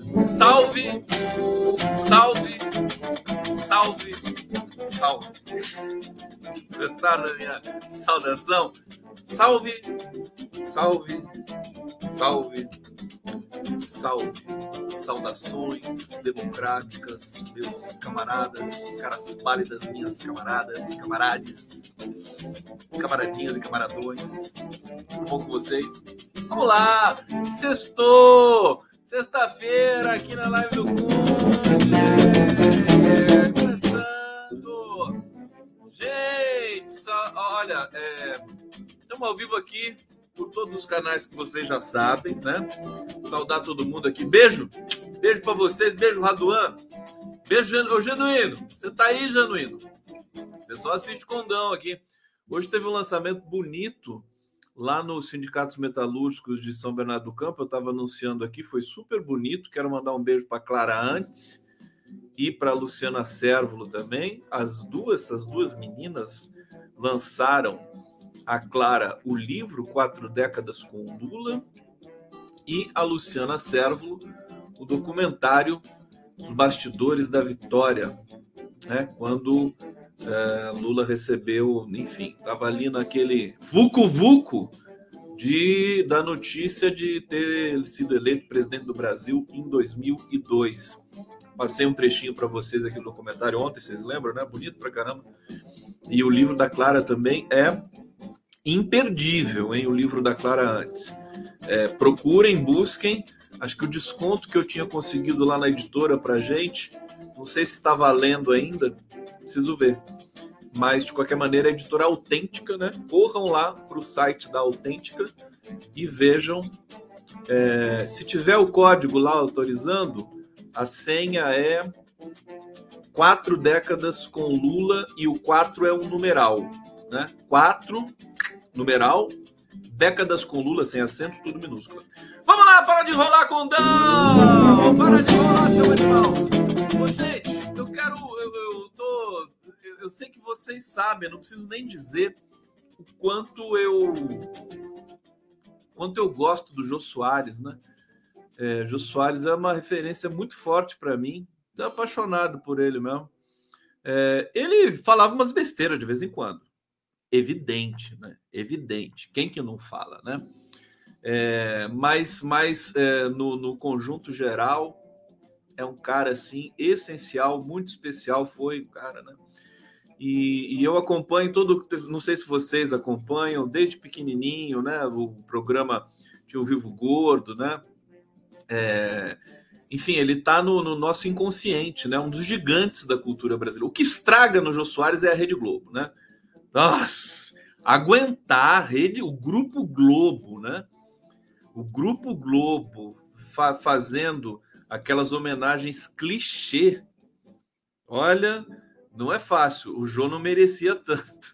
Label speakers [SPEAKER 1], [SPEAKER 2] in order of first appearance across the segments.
[SPEAKER 1] Salve, salve, salve, salve. Você está na minha saudação? Salve, salve, salve, salve. Saudações democráticas, meus camaradas, caras pálidas, minhas camaradas, camarades, camaradinhas e camaradões. Tudo bom com vocês? Vamos lá! Sextou! Sexta-feira aqui na Live do Conde. Começando! Gente, olha, estamos ao vivo aqui por todos os canais que vocês já sabem, né? Saudar todo mundo aqui. Beijo! Beijo pra vocês, beijo, Raduan. Beijo, ô Genuíno. Você tá aí, Genuíno? O pessoal assiste Condão aqui. Hoje teve um lançamento bonito lá nos Sindicatos Metalúrgicos de São Bernardo do Campo. Eu estava anunciando aqui, foi super bonito. Quero mandar um beijo para Clara Antes e para Luciana Sérvulo também. Essas duas meninas lançaram, a Clara, o livro 4 Décadas com Lula, e a Luciana Sérvulo o documentário Os Bastidores da Vitória, né? Quando Lula recebeu, enfim, estava ali naquele vucu-vucu da notícia de ter sido eleito presidente do Brasil em 2002. Passei um trechinho para vocês aqui no documentário ontem, vocês lembram, né? Bonito pra caramba. E o livro da Clara também é imperdível, hein? O livro da Clara Antes. Procurem, busquem. Acho que o desconto que eu tinha conseguido lá na editora pra gente, não sei se está valendo ainda, preciso ver. Mas, de qualquer maneira, a editora Autêntica, né? Corram lá para o site da Autêntica e vejam. Se tiver o código lá autorizando, a senha é 4 décadas com Lula e o 4 é um numeral, né? 4, numeral, décadas com Lula, sem acento, tudo minúsculo. Vamos lá, para de rolar, Condão! Para de rolar, seu animal! Ô, gente, eu sei que vocês sabem, eu não preciso nem dizer o quanto eu gosto do Jô Soares, né? Jô Soares é uma referência muito forte para mim, tô apaixonado por ele mesmo. Ele falava umas besteiras de vez em quando, evidente, né? Evidente, quem que não fala, né? Mas no conjunto geral é um cara assim essencial, muito especial foi o cara, né? E eu acompanho não sei se vocês acompanham desde pequenininho, né? O programa Tio Vivo Gordo, né? Enfim, ele está no nosso inconsciente, né? Um dos gigantes da cultura brasileira. O que estraga no Jô Soares é a Rede Globo, né? Nossa, aguentar a rede, o Grupo Globo, né? O Grupo Globo fazendo aquelas homenagens clichê. Olha, não é fácil. O Jô não merecia tanto.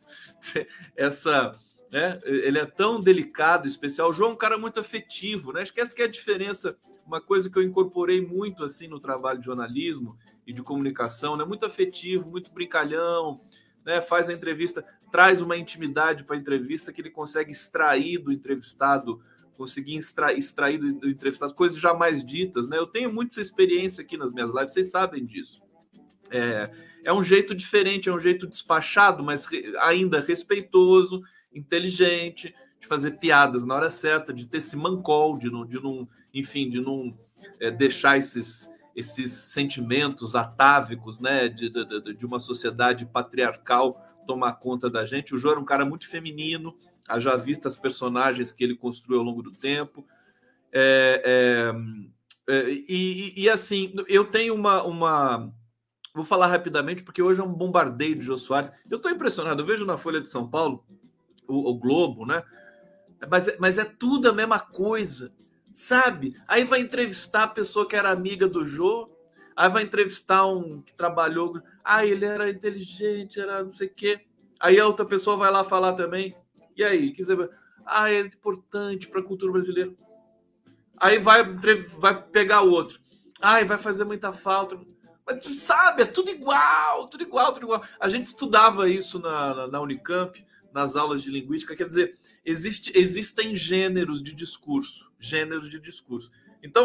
[SPEAKER 1] Ele é tão delicado, especial. O Jô é um cara muito afetivo, né? Esquece que é a diferença, uma coisa que eu incorporei muito assim no trabalho de jornalismo e de comunicação, né? Muito afetivo, muito brincalhão, né? Faz a entrevista, traz uma intimidade para a entrevista que ele consegue extrair do entrevistado, conseguir extrair do entrevistado coisas jamais ditas, né? Eu tenho muita essa experiência aqui nas minhas lives, vocês sabem disso. É um jeito diferente, é um jeito despachado, mas ainda respeitoso, inteligente, de fazer piadas na hora certa, de ter esse mancol, de não deixar esses sentimentos atávicos, né, de uma sociedade patriarcal tomar conta da gente. O Jô era um cara muito feminino, haja vista as personagens que ele construiu ao longo do tempo. E assim, eu tenho uma... Vou falar rapidamente, porque hoje é um bombardeio de Jô Soares. Eu estou impressionado, eu vejo na Folha de São Paulo, o Globo, né? Mas é tudo a mesma coisa, sabe? Aí vai entrevistar a pessoa que era amiga do Jô, aí vai entrevistar um que trabalhou... ele era inteligente, era não sei o quê. Aí a outra pessoa vai lá falar também. E aí? É importante para a cultura brasileira. Aí vai pegar o outro. Vai fazer muita falta... Mas sabe, é tudo igual, tudo igual, tudo igual. A gente estudava isso na Unicamp, nas aulas de linguística, quer dizer, existem gêneros de discurso. Então,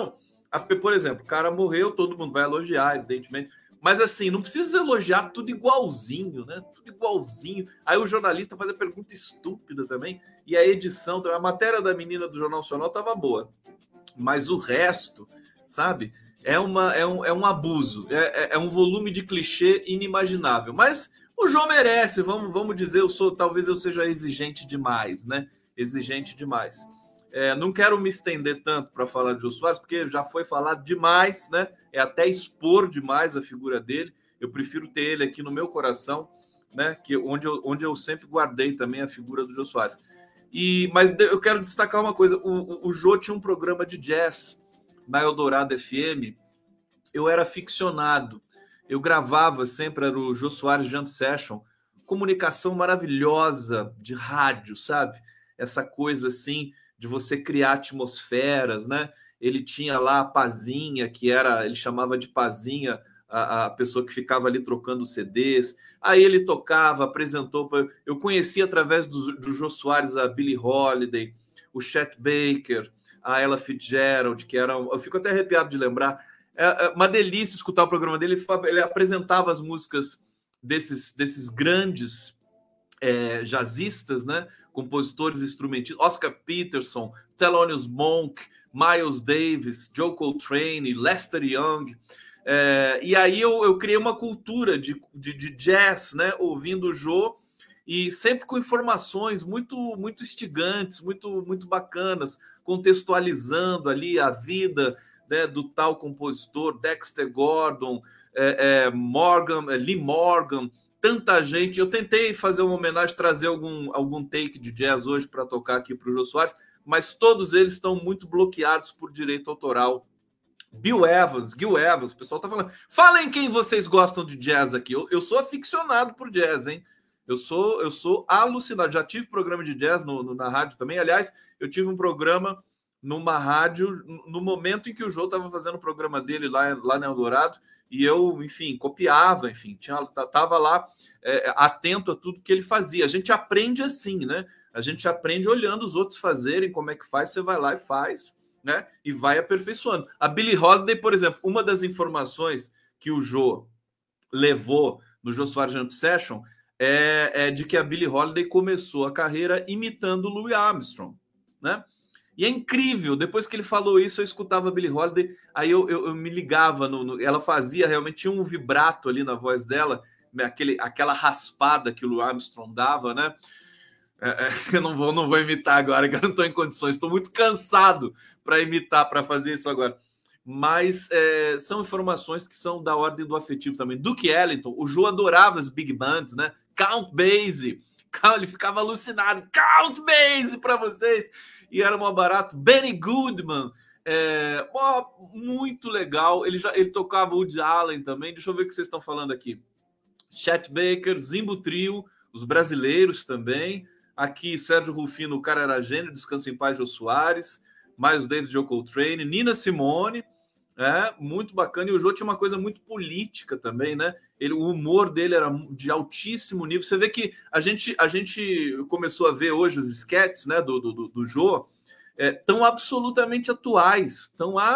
[SPEAKER 1] Por exemplo, o cara morreu, todo mundo vai elogiar, evidentemente. Mas assim, não precisa elogiar tudo igualzinho, né? Tudo igualzinho. Aí o jornalista faz a pergunta estúpida também. E a edição, a matéria da menina do Jornal Nacional estava boa. Mas o resto, sabe? É um abuso. É um volume de clichê inimaginável. Mas o João merece, vamos dizer, talvez eu seja exigente demais, né? Exigente demais. Não quero me estender tanto para falar de Jô Soares, porque já foi falado demais, né? É até expor demais a figura dele. Eu prefiro ter ele aqui no meu coração, né? Onde eu sempre guardei também a figura do Jô Soares. Mas eu quero destacar uma coisa: o Jô tinha um programa de jazz na Eldorado FM. Eu era ficcionado. Eu gravava sempre, era o Jô Soares Jam Session. Comunicação maravilhosa de rádio, sabe? Essa coisa assim de você criar atmosferas, né? Ele tinha lá a Pazinha, ele chamava de Pazinha, a pessoa que ficava ali trocando CDs. Aí ele tocava, apresentou. Eu conheci através do Jô Soares a Billie Holiday, o Chet Baker, a Ella Fitzgerald, que eram. Eu fico até arrepiado de lembrar. É uma delícia escutar o programa dele. Ele apresentava as músicas desses grandes jazzistas, né? Compositores instrumentistas, Oscar Peterson, Thelonious Monk, Miles Davis, Joe Coltrane, Lester Young. E aí eu criei uma cultura de jazz, né? Ouvindo o Jô, e sempre com informações muito, muito instigantes, muito, muito bacanas, contextualizando ali a vida, né, do tal compositor, Dexter Gordon, Lee Morgan, tanta gente. Eu tentei fazer uma homenagem, trazer algum take de jazz hoje para tocar aqui para o Jô Soares, mas todos eles estão muito bloqueados por direito autoral. Gil Evans, o pessoal tá falando. Falem quem vocês gostam de jazz aqui. Eu sou aficionado por jazz, hein? Eu sou alucinado. Já tive programa de jazz na rádio também. Aliás, eu tive um programa numa rádio no momento em que o Jô estava fazendo o programa dele lá na Eldorado, e eu, enfim, copiava, enfim, estava lá atento a tudo que ele fazia. A gente aprende assim, né? A gente aprende olhando os outros fazerem, como é que faz, você vai lá e faz, né? E vai aperfeiçoando. A Billie Holiday, por exemplo, uma das informações que o Jô levou no Jô Soares Jam Session é de que a Billie Holiday começou a carreira imitando o Louis Armstrong, né? E é incrível, depois que ele falou isso, eu escutava a Billie Holiday, aí eu me ligava, ela fazia realmente, tinha um vibrato ali na voz dela, aquela raspada que o Louis Armstrong dava, né? Eu não vou imitar agora, que eu não estou em condições, estou muito cansado para imitar, para fazer isso agora. Mas são informações que são da ordem do afetivo também. Duke Ellington, o Jô adorava as big bands, né? Count Basie, ele ficava alucinado. Count Basie para vocês! E era mó barato. Benny Goodman, muito legal. Ele tocava Woody Allen também. Deixa eu ver o que vocês estão falando aqui. Chet Baker, Zimbo Trio, os brasileiros também. Aqui, Sérgio Rufino, o cara era gênio, Descansa em Paz, Jô Soares. Miles Davis, Joe Coltrane, Nina Simone, muito bacana. E o Jô tinha uma coisa muito política também, né? O humor dele era de altíssimo nível. Você vê que a gente começou a ver hoje os sketches, né, do Jô, tão absolutamente atuais,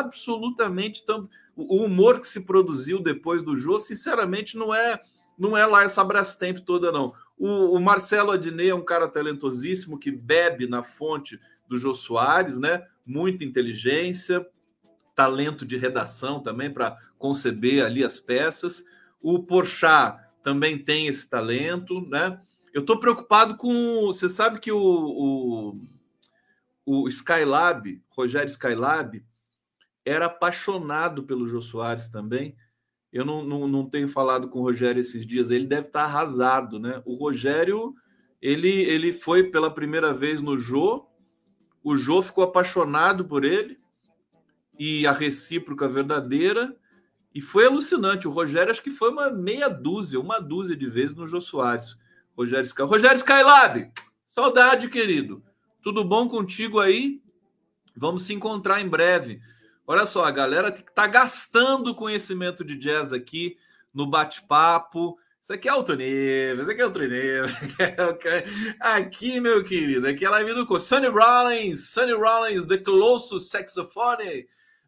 [SPEAKER 1] o humor que se produziu depois do Jô, sinceramente, não é lá essa Brastemp toda, não. O Marcelo Adnet é um cara talentosíssimo que bebe na fonte do Jô Soares, né? Muita inteligência, talento de redação também para conceber ali as peças. O Porchat também tem esse talento, né? Eu estou preocupado com... Você sabe que o Skylab, Rogério Skylab, era apaixonado pelo Jô Soares também. Eu não tenho falado com o Rogério esses dias, ele deve estar arrasado, né? O Rogério, ele foi pela primeira vez no Jô, o Jô ficou apaixonado por ele, e a recíproca verdadeira, e foi alucinante. O Rogério, acho que foi uma dúzia de vezes no Jô Soares. Rogério Skylab, saudade, querido. Tudo bom contigo aí? Vamos se encontrar em breve. Olha só, a galera tá gastando conhecimento de jazz aqui no bate-papo. Isso aqui é alto nível, isso aqui é outro nível. Aqui, meu querido, aqui é a live do Sonny Rollins, The Colossus Saxophone.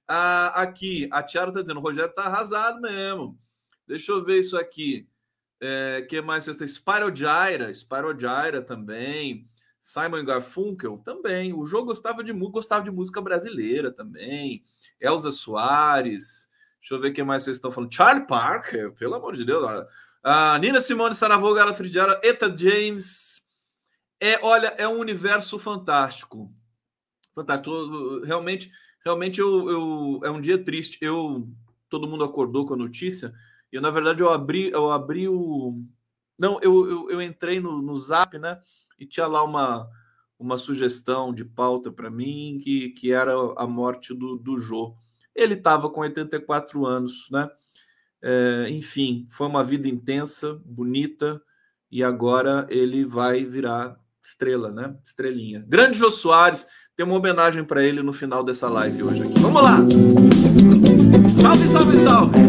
[SPEAKER 1] Aqui, a Tiara tá dizendo, o Rogério tá arrasado mesmo. Deixa eu ver isso aqui. Que mais você tem? Spyro Gyra também. Simon Garfunkel também. O Jô gostava de música brasileira também. Elza Soares. Deixa eu ver o que mais vocês estão falando. Charlie Parker, pelo amor de Deus. Nina Simone, Saravoga, Ella Fitzgerald, Etta James. Olha, é um universo fantástico. Fantástico. Realmente é um dia triste. Todo mundo acordou com a notícia. E na verdade eu abri o. Não, eu entrei no Zap, né? E tinha lá uma sugestão de pauta para mim que era a morte do Jô. Ele estava com 84 anos, né? Enfim, foi uma vida intensa, bonita, e agora ele vai virar estrela, né? Estrelinha. Grande Jô Soares, tem uma homenagem para ele no final dessa live hoje aqui. Vamos lá! Salve, salve, salve!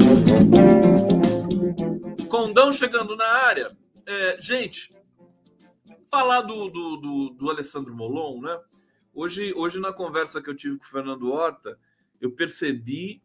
[SPEAKER 1] Condão chegando na área. Gente, falar do Alessandro Molon, né? Hoje, na conversa que eu tive com o Fernando Horta, eu percebi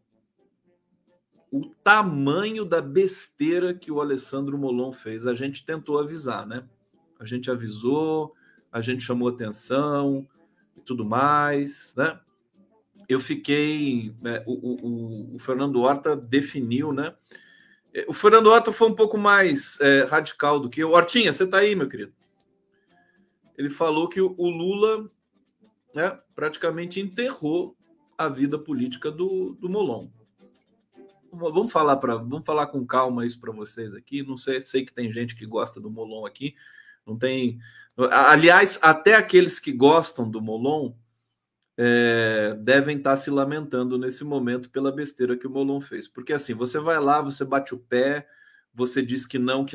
[SPEAKER 1] o tamanho da besteira que o Alessandro Molon fez. A gente tentou avisar, né? A gente avisou, a gente chamou atenção e tudo mais, né? Eu fiquei... o Fernando Horta definiu, né? O Fernando Horta foi um pouco mais radical do que eu. Hortinha, você tá aí, meu querido? Ele falou que o Lula, né, praticamente enterrou a vida política do Molon. Vamos falar com calma isso para vocês aqui. Não sei que tem gente que gosta do Molon aqui. Não tem. Aliás, até aqueles que gostam do Molon devem estar se lamentando nesse momento pela besteira que o Molon fez. Porque assim, você vai lá, você bate o pé, você diz que não,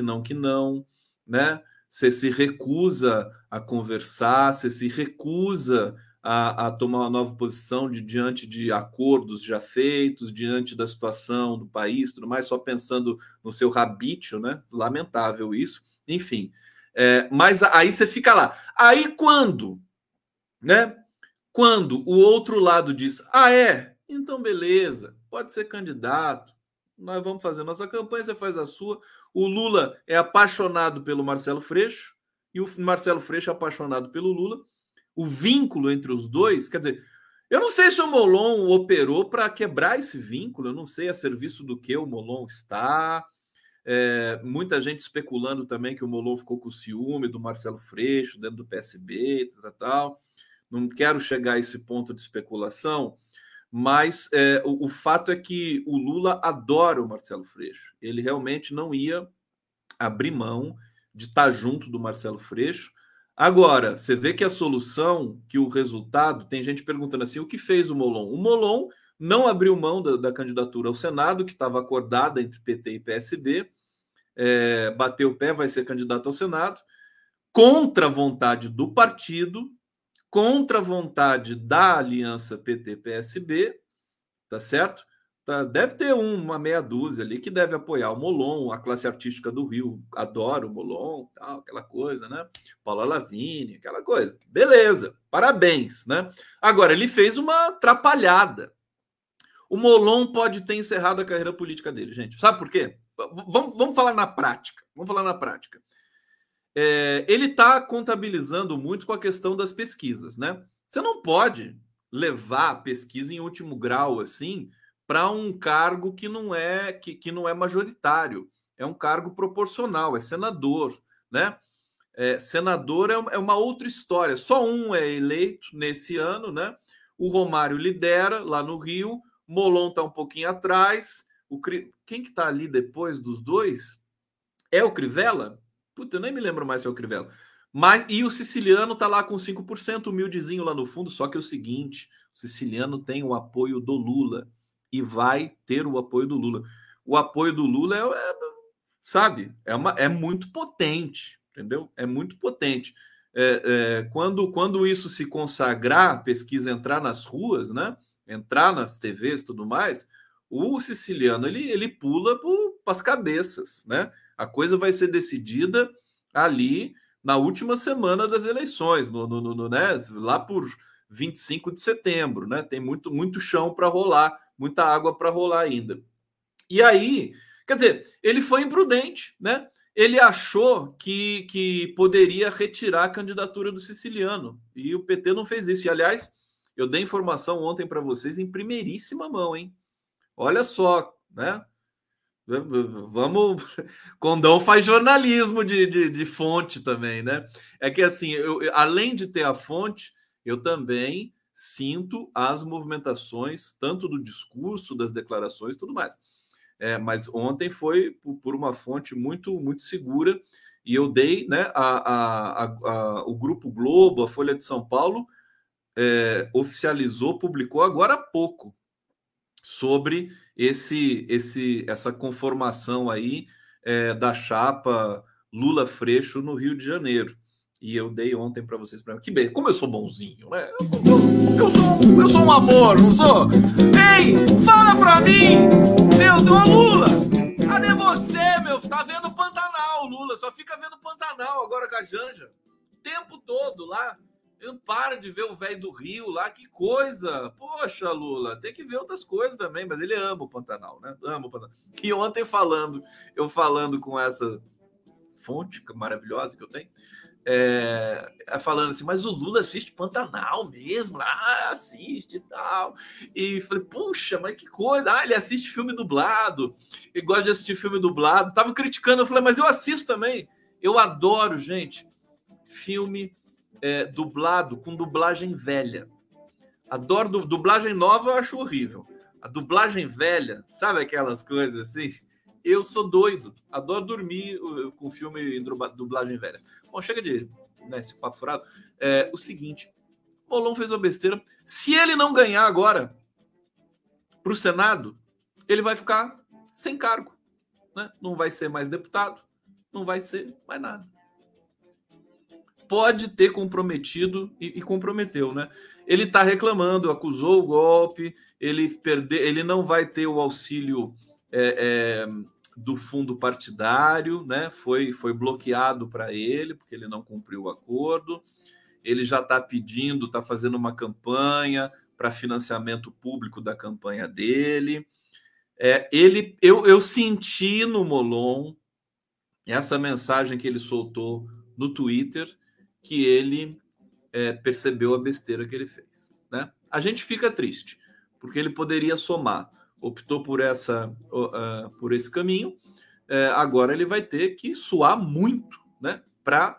[SPEAKER 1] né? Você se recusa a conversar, você se recusa a tomar uma nova posição diante de acordos já feitos, diante da situação do país, tudo mais, só pensando no seu rabítio, né? Lamentável isso. Enfim, mas aí você fica lá. Aí quando, né? Quando o outro lado diz, então beleza, pode ser candidato, nós vamos fazer nossa campanha, você faz a sua. O Lula é apaixonado pelo Marcelo Freixo e o Marcelo Freixo é apaixonado pelo Lula. O vínculo entre os dois, quer dizer, eu não sei se o Molon operou para quebrar esse vínculo, eu não sei a serviço do que o Molon está. Muita gente especulando também que o Molon ficou com ciúme do Marcelo Freixo dentro do PSB, tal. Não quero chegar a esse ponto de especulação, mas o fato é que o Lula adora o Marcelo Freixo. Ele realmente não ia abrir mão de estar junto do Marcelo Freixo. Agora, você vê que a solução, que o resultado, tem gente perguntando assim, o que fez o Molon? O Molon não abriu mão da candidatura ao Senado, que estava acordada entre PT e PSB, bateu o pé, vai ser candidato ao Senado, contra a vontade do partido, contra a vontade da aliança PT-PSB, tá certo? Deve ter uma meia dúzia ali que deve apoiar o Molon, a classe artística do Rio adora o Molon, tal, aquela coisa, né? Paula Lavigne, aquela coisa. Beleza, parabéns, né? Agora, ele fez uma atrapalhada. O Molon pode ter encerrado a carreira política dele, gente. Sabe por quê? Vamos falar na prática. Ele está contabilizando muito com a questão das pesquisas, né? Você não pode levar a pesquisa em último grau assim para um cargo que não é majoritário, é um cargo proporcional, é senador, né? Senador é uma outra história. Só um é eleito nesse ano, né? O Romário lidera lá no Rio, Molon está um pouquinho atrás. Quem que está ali depois dos dois? É o Crivella? Puta, eu nem me lembro mais se é o Crivella. E o Siciliano tá lá com 5%, humildezinho lá no fundo, só que é o seguinte, o Siciliano tem o apoio do Lula e vai ter o apoio do Lula. O apoio do Lula sabe, é muito potente, entendeu? É muito potente. Quando isso se consagrar, a pesquisa entrar nas ruas, né? Entrar nas TVs e tudo mais, o Siciliano, ele pula para as cabeças, né? A coisa vai ser decidida ali na última semana das eleições, né? Lá por 25 de setembro, né? Tem muito chão para rolar muita água para rolar ainda. E aí, quer dizer, ele foi imprudente, né? Ele achou que poderia retirar a candidatura do Siciliano. E o PT não fez isso. E, aliás, eu dei informação ontem para vocês em primeiríssima mão, hein? Olha só, né? Vamos. Condão faz jornalismo de fonte também, né? É que assim, além de ter a fonte, eu também sinto as movimentações, tanto do discurso, das declarações e tudo mais. Mas ontem foi por uma fonte muito segura, e eu dei, né? O Grupo Globo, a Folha de São Paulo, oficializou, publicou agora há pouco sobre essa conformação aí da chapa Lula-Freixo no Rio de Janeiro. E eu dei ontem para vocês. Que bem, como eu sou bonzinho, né? Eu sou um amor, não sou? Ei, fala pra mim! Meu Deus, Lula! Cadê você, meu? Tá vendo Pantanal, Lula. Só fica vendo Pantanal agora com a Janja. O tempo todo lá. Eu não paro de ver o velho do Rio lá, que coisa! Poxa, Lula, tem que ver outras coisas também, mas ele ama o Pantanal, né? Ama o Pantanal. E ontem eu falando com essa fonte maravilhosa que eu tenho, falando assim, mas o Lula assiste Pantanal mesmo? Assiste e tal. E falei, puxa, mas que coisa! Ele assiste filme dublado, ele gosta de assistir filme dublado. Tava criticando, eu falei, mas eu assisto também. Eu adoro, gente, filme dublado com dublagem velha. Adoro dublagem nova, eu acho horrível. A dublagem velha, sabe aquelas coisas assim? Eu sou doido, adoro dormir com filme em dublagem velha. Bom, chega de esse papo furado. O seguinte, o Molon fez uma besteira. Se ele não ganhar agora para o Senado, ele vai ficar sem cargo, né? Não vai ser mais deputado, não vai ser mais nada. Pode ter comprometido e comprometeu, né? Ele está reclamando, acusou o golpe, ele não vai ter o auxílio do fundo partidário, né? Foi bloqueado para ele, porque ele não cumpriu o acordo. Ele já está pedindo, está fazendo uma campanha para financiamento público da campanha dele. Eu senti no Molon essa mensagem que ele soltou no Twitter, que ele percebeu a besteira que ele fez, né? A gente fica triste, porque ele poderia somar, optou por esse caminho, agora ele vai ter que suar muito, né? Para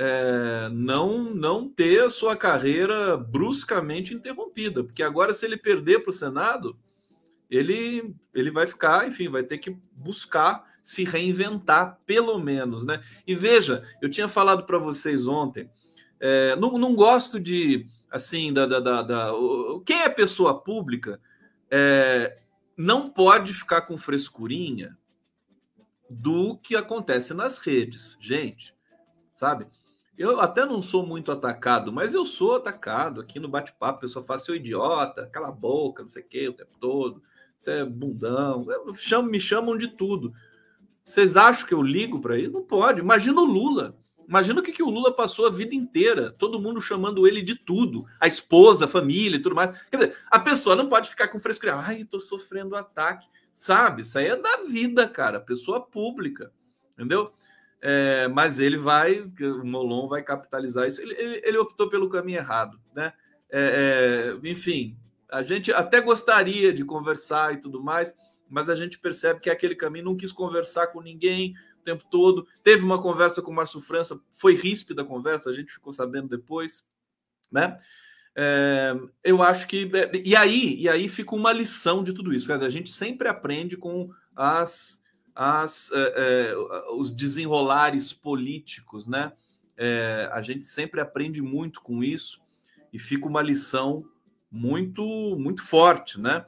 [SPEAKER 1] não ter a sua carreira bruscamente interrompida, porque agora, se ele perder para o Senado, ele vai ficar, enfim, vai ter que buscar se reinventar, pelo menos, né? E veja, eu tinha falado para vocês ontem, não gosto de, assim, quem é pessoa pública não pode ficar com frescurinha do que acontece nas redes, gente, sabe? Eu até não sou muito atacado, mas eu sou atacado aqui no bate-papo. A pessoa fala, seu idiota, cala a boca, não sei o que, o tempo todo, você é bundão, me chamam de tudo. Vocês acham que eu ligo para isso? Não pode. Imagina o Lula. Imagina o que o Lula passou a vida inteira, todo mundo chamando ele de tudo, a esposa, a família e tudo mais. Quer dizer, a pessoa não pode ficar com frescura. Ai, tô sofrendo ataque. Sabe? Isso aí é da vida, cara. Pessoa pública. Entendeu? Mas o Molon vai capitalizar isso. Ele optou pelo caminho errado, né? Enfim, a gente até gostaria de conversar e tudo mais, mas a gente percebe que aquele caminho, não quis conversar com ninguém o tempo todo. Teve uma conversa com o Márcio França, foi ríspida a conversa, a gente ficou sabendo depois, né? Eu acho que... E aí fica uma lição de tudo isso. A gente sempre aprende com os desenrolares políticos, né? A gente sempre aprende muito com isso e fica uma lição muito forte, né?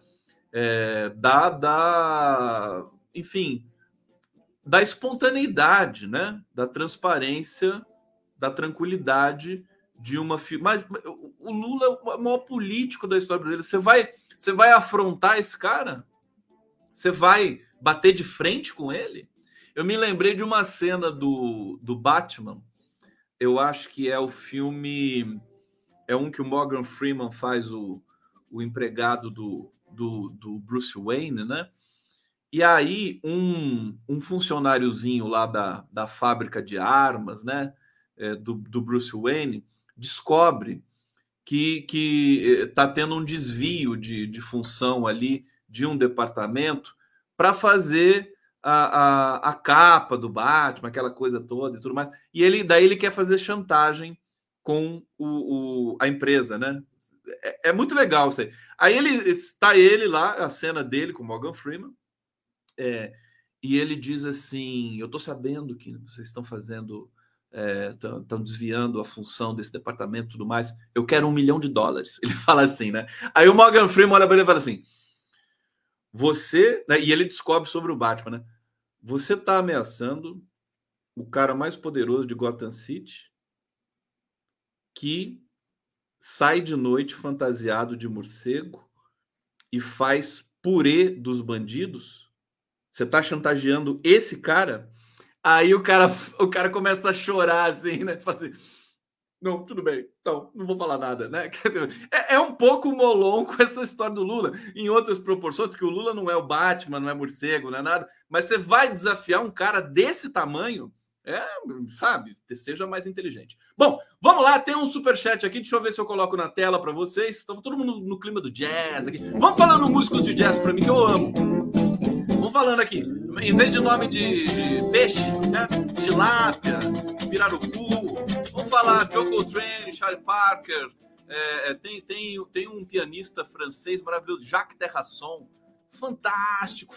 [SPEAKER 1] Enfim, da espontaneidade, né? Da transparência, da tranquilidade de uma... Mas o Lula é o maior político da história brasileira. Você vai afrontar esse cara? Você vai bater de frente com ele? Eu me lembrei de uma cena do Batman. Eu acho que é o filme... É um que o Morgan Freeman faz o empregado do Bruce Wayne, né? E aí um funcionáriozinho lá da fábrica de armas, né? Do Bruce Wayne, descobre que está tendo um desvio de função ali de um departamento para fazer a capa do Batman, aquela coisa toda e tudo mais. E daí ele quer fazer chantagem com a empresa, né? É muito legal isso aí. Aí ele lá, a cena dele com o Morgan Freeman, e ele diz assim: eu estou sabendo que vocês estão fazendo, estão desviando a função desse departamento e tudo mais. Eu quero $1 milhão. Ele fala assim, né? Aí o Morgan Freeman olha para ele e fala assim: você, né? E ele descobre sobre o Batman, né? Você está ameaçando o cara mais poderoso de Gotham City, que sai de noite fantasiado de morcego e faz purê dos bandidos? Você tá chantageando esse cara? Aí o cara começa a chorar assim, né? Fala assim: não, tudo bem, então não vou falar nada, né? É um pouco molon com essa história do Lula, em outras proporções, porque o Lula não é o Batman, não é morcego, não é nada, mas você vai desafiar um cara desse tamanho, sabe? Seja mais inteligente. Bom, vamos lá, tem um superchat aqui, deixa eu ver se eu coloco na tela para vocês. Estava todo mundo no clima do jazz aqui. Vamos falando músicos de jazz para mim, que eu amo. Vamos falando aqui, em vez de nome de peixe, né? Tilápia, pirarucu, vamos falar John Coltrane, Charlie Parker, tem um pianista francês maravilhoso, Jacques Terrasson, fantástico.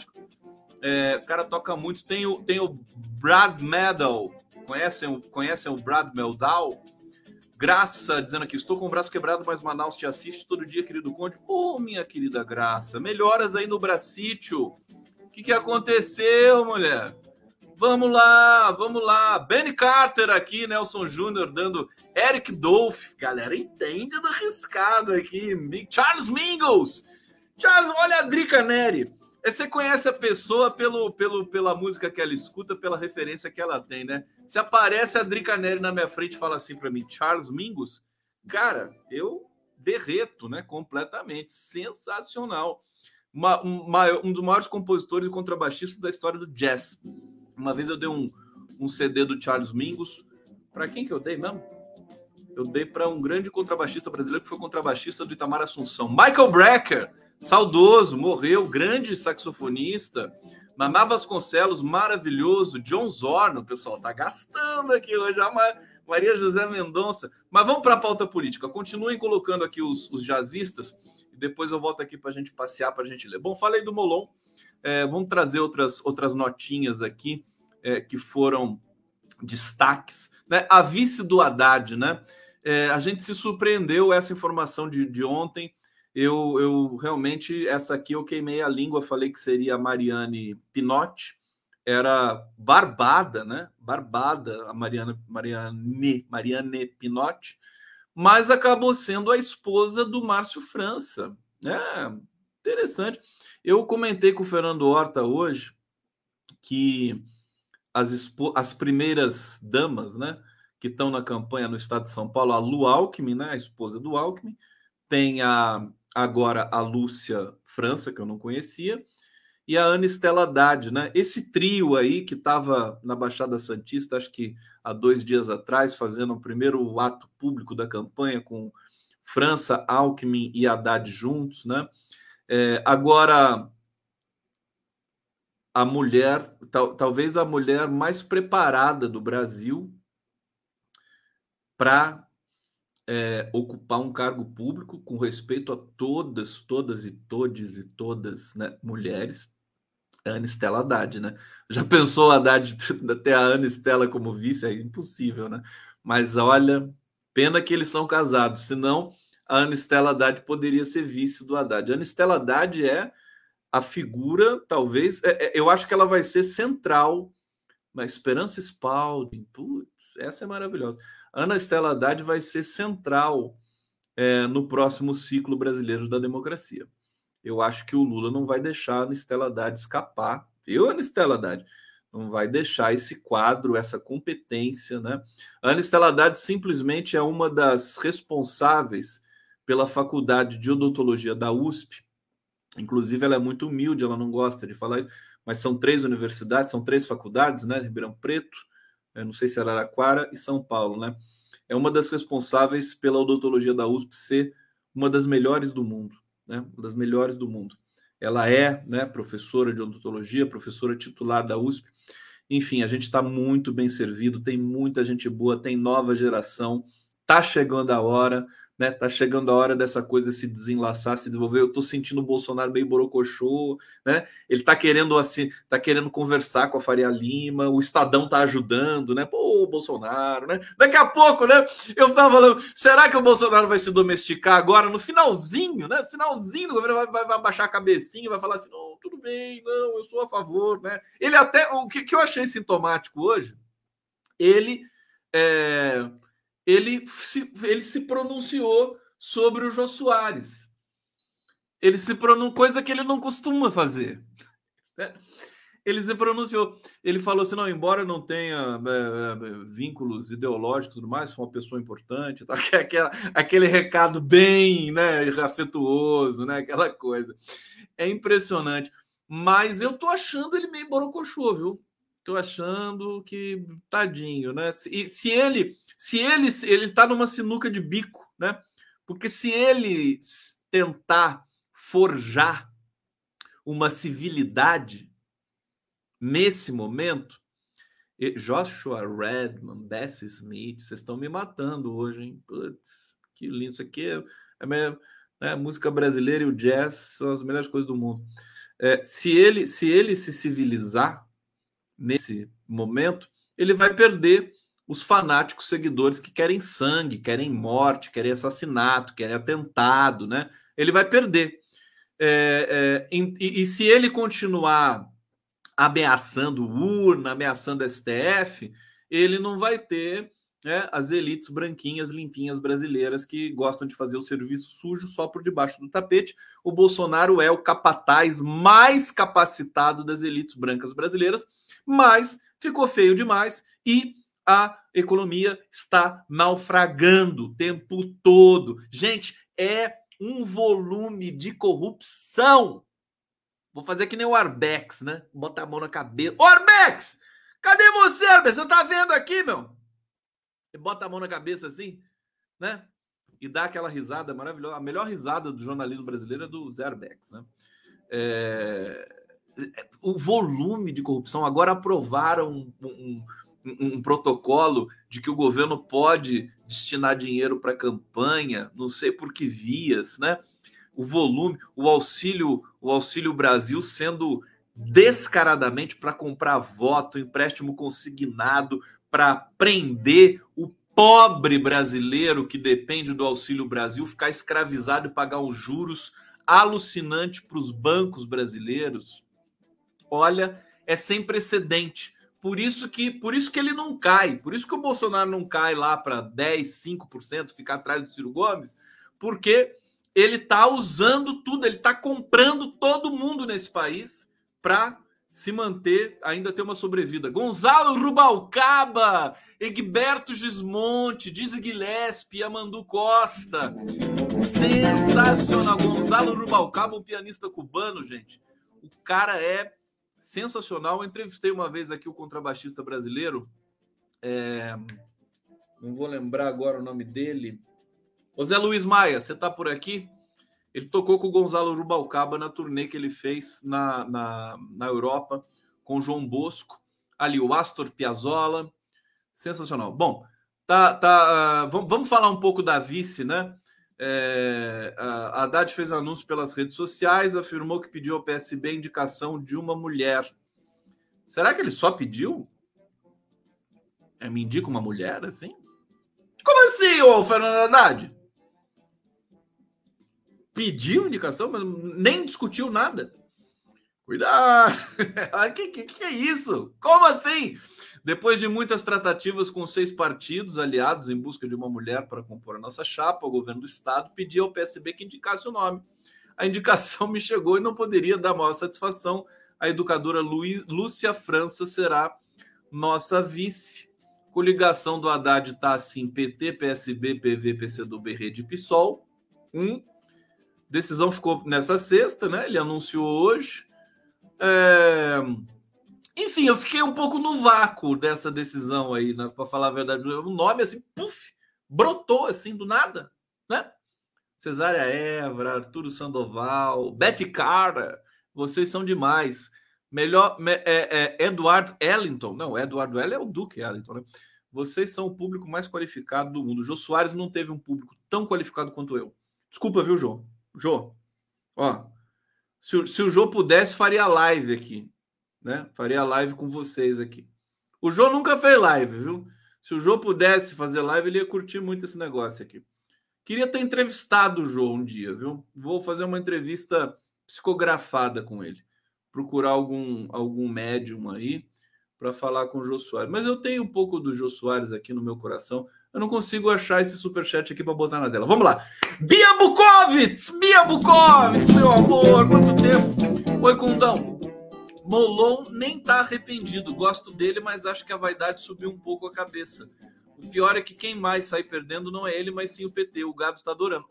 [SPEAKER 1] O cara toca muito. Tem o Brad Meldau, conhecem o Brad Meldau? Graça, dizendo aqui: estou com o braço quebrado, mas Manaus te assiste todo dia, querido Conde. Minha querida Graça, melhoras aí no bracítio. O que aconteceu, mulher? Vamos lá. Benny Carter aqui, Nelson Júnior dando Eric Dolphy. Galera, entende do arriscado aqui. Charles Mingus. Charles, olha a Drica Neri. Você conhece a pessoa pela música que ela escuta, pela referência que ela tem, né? Se aparece a Drica Neri na minha frente e fala assim para mim, Charles Mingus, cara, eu derreto, né? Completamente. Sensacional. Um dos maiores compositores e contrabaixistas da história do jazz. Uma vez eu dei um CD do Charles Mingus. Para quem que eu dei mesmo? Eu dei para um grande contrabaixista brasileiro que foi contrabaixista do Itamar Assunção. Michael Brecker, saudoso, morreu, grande saxofonista. Mamá Vasconcelos, maravilhoso. John Zorn, o pessoal tá gastando aqui hoje. Maria José Mendonça. Mas vamos para a pauta política. Continuem colocando aqui os jazzistas. Depois eu volto aqui para a gente passear, para a gente ler. Bom, falei do Molon. Vamos trazer outras notinhas aqui que foram destaques. Né? A vice do Haddad, né? A gente se surpreendeu, essa informação de ontem. Eu realmente, essa aqui eu queimei a língua, falei que seria a Mariane Pinotti. Era barbada, né? Barbada a Mariane Pinotti. Mas acabou sendo a esposa do Márcio França. Interessante. Eu comentei com o Fernando Horta hoje que as primeiras damas, né, que estão na campanha no estado de São Paulo, a Lu Alckmin, né, a esposa do Alckmin, tem agora a Lúcia França, que eu não conhecia, e a Ana Estela Haddad, né? Esse trio aí que estava na Baixada Santista, acho que há 2 dias atrás, fazendo o primeiro ato público da campanha com França, Alckmin e Haddad juntos, né? Agora, a mulher, talvez a mulher mais preparada do Brasil para ocupar um cargo público com respeito a todas e todas, né, mulheres, Ana Estela Haddad, né? Já pensou a Haddad ter a Ana Estela como vice? É impossível, né? Mas olha, pena que eles são casados, senão a Ana Estela Haddad poderia ser vice do Haddad. A Ana Estela Haddad é a figura, talvez, eu acho que ela vai ser central, mas Esperança Spalding, putz, essa é maravilhosa. A Ana Estela Haddad vai ser central no próximo ciclo brasileiro da democracia. Eu acho que o Lula não vai deixar a Ana Estela Haddad escapar. Ana Estela Haddad não vai deixar esse quadro, essa competência, né? A Ana Estela Haddad simplesmente é uma das responsáveis pela Faculdade de Odontologia da USP Inclusive, ela é muito humilde, ela não gosta de falar isso, mas são 3 universidades, são 3 faculdades, né? Ribeirão Preto, eu não sei se Araraquara e São Paulo, né? É uma das responsáveis pela odontologia da USP ser uma das melhores do mundo, né? Uma das melhores do mundo. Ela é, né, professora de odontologia, professora titular da USP. Enfim, a gente está muito bem servido, tem muita gente boa, tem nova geração, tá chegando a hora, né? Tá chegando a hora dessa coisa se desenlaçar, se desenvolver. Eu tô sentindo o Bolsonaro meio borocochô, né? Ele tá querendo assim, tá querendo conversar com a Faria Lima, o Estadão tá ajudando, né? Pô, o Bolsonaro, né? Daqui a pouco, né? Eu tava falando, será que o Bolsonaro vai se domesticar agora no finalzinho, né? Finalzinho do governo vai baixar a cabecinha, vai falar assim, não, tudo bem, não, eu sou a favor, né? Ele até, o que eu achei sintomático hoje, ele é, ele se pronunciou sobre o Jô Soares. Ele se pronunciou, coisa que ele não costuma fazer, né? Ele se pronunciou. Ele falou assim: não, embora não tenha vínculos ideológicos e tudo mais, foi uma pessoa importante, tá? Aquele recado bem, né, afetuoso, né? Aquela coisa. É impressionante. Mas eu tô achando ele meio borocochô, viu? Tô achando que tadinho, né? E se ele tá numa sinuca de bico, né? Porque se ele tentar forjar uma civilidade nesse momento, Joshua Redman, Bessie Smith, vocês estão me matando hoje, hein? Putz, que lindo. Isso aqui é música brasileira e o jazz são as melhores coisas do mundo. Se ele se civilizar nesse momento, ele vai perder os fanáticos seguidores que querem sangue, querem morte, querem assassinato, querem atentado, né? Ele vai perder. E se ele continuar ameaçando urna, ameaçando STF, ele não vai ter, né, as elites branquinhas, limpinhas brasileiras que gostam de fazer o serviço sujo só por debaixo do tapete. O Bolsonaro é o capataz mais capacitado das elites brancas brasileiras, mas ficou feio demais e a economia está naufragando o tempo todo. Gente, é um volume de corrupção. Vou fazer que nem o Arbex, né? Botar a mão na cabeça. Ô, Arbex! Cadê você, Arbex? Você tá vendo aqui, meu? E bota a mão na cabeça assim, né? E dá aquela risada maravilhosa. A melhor risada do jornalismo brasileiro é do Zé Arbex, né? O volume de corrupção. Agora aprovaram um protocolo de que o governo pode destinar dinheiro para campanha, não sei por que vias, né? O volume, o Auxílio Brasil sendo descaradamente para comprar voto, empréstimo consignado, para prender o pobre brasileiro que depende do Auxílio Brasil, ficar escravizado e pagar uns juros alucinantes para os bancos brasileiros. Olha, é sem precedente. Por isso que ele não cai, por isso que o Bolsonaro não cai lá para 10%, 5%, ficar atrás do Ciro Gomes, porque ele está usando tudo, ele está comprando todo mundo nesse país para se manter, ainda ter uma sobrevida. Gonzalo Rubalcaba, Egberto Gismonte, Dizzy Gillespie, Amandu Costa. Sensacional. Gonzalo Rubalcaba, um pianista cubano, gente. O cara é sensacional. Eu entrevistei uma vez aqui o contrabaixista brasileiro. Não vou lembrar agora o nome dele. Ô Zé Luiz Maia, você tá por aqui? Ele tocou com o Gonzalo Rubalcaba na turnê que ele fez na Europa com o João Bosco, ali o Astor Piazzolla, sensacional. Bom, vamos falar um pouco da vice, né? A Haddad fez anúncio pelas redes sociais, afirmou que pediu ao PSB a indicação de uma mulher. Será que ele só pediu? Me indica uma mulher, assim? Como assim, ô Fernando Haddad? Pediu indicação, mas nem discutiu nada. Cuidado! Que é isso? Como assim? Depois de muitas tratativas com 6 partidos aliados em busca de uma mulher para compor a nossa chapa, o governo do estado pediu ao PSB que indicasse o nome. A indicação me chegou e não poderia dar maior satisfação. A educadora Lúcia França será nossa vice. Coligação do Haddad está assim: PT, PSB, PV, PCdoB, Rede e PSOL. Decisão ficou nessa sexta, né? Ele anunciou hoje. Enfim, eu fiquei um pouco no vácuo dessa decisão aí, né? Para falar a verdade. O nome, assim, puf, brotou assim do nada, né? Cesária Évora, Arturo Sandoval, Betty Carter, vocês são demais. Melhor, Edward Ellington. Não, Edward Ellington é o Duque Ellington, né? Vocês são o público mais qualificado do mundo. O Jô Soares não teve um público tão qualificado quanto eu. Desculpa, viu, Jô? Jô, ó, se o Jô pudesse, faria live aqui, né? Faria live com vocês aqui. O Jô nunca fez live, viu? Se o Jô pudesse fazer live, ele ia curtir muito esse negócio aqui. Queria ter entrevistado o Jô um dia, viu? Vou fazer uma entrevista psicografada com ele. Procurar algum médium aí para falar com o Jô Soares. Mas eu tenho um pouco do Jô Soares aqui no meu coração. Eu não consigo achar esse superchat aqui para botar na tela. Vamos lá. Bia Bukovitz, meu amor, quanto tempo. Oi, Cundão. Molon nem tá arrependido. Gosto dele, mas acho que a vaidade subiu um pouco a cabeça. O pior é que quem mais sai perdendo não é ele, mas sim o PT. O Gado tá adorando.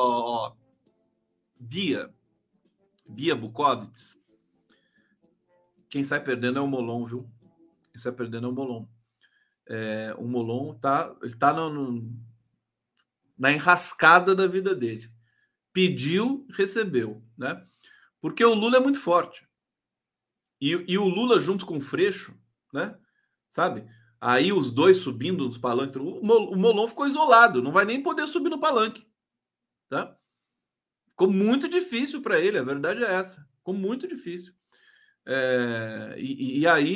[SPEAKER 1] Bia Bukovitz. Quem sai perdendo é o Molon, viu? Quem sai perdendo é o Molon. O Molon tá na enrascada da vida dele. Pediu, recebeu, né? Porque o Lula é muito forte. E o Lula junto com o Freixo, né? Sabe? Aí os dois subindo nos palanques. O Molon ficou isolado, não vai nem poder subir no palanque. Tá? Ficou muito difícil para ele, a verdade é essa. Ficou muito difícil. E aí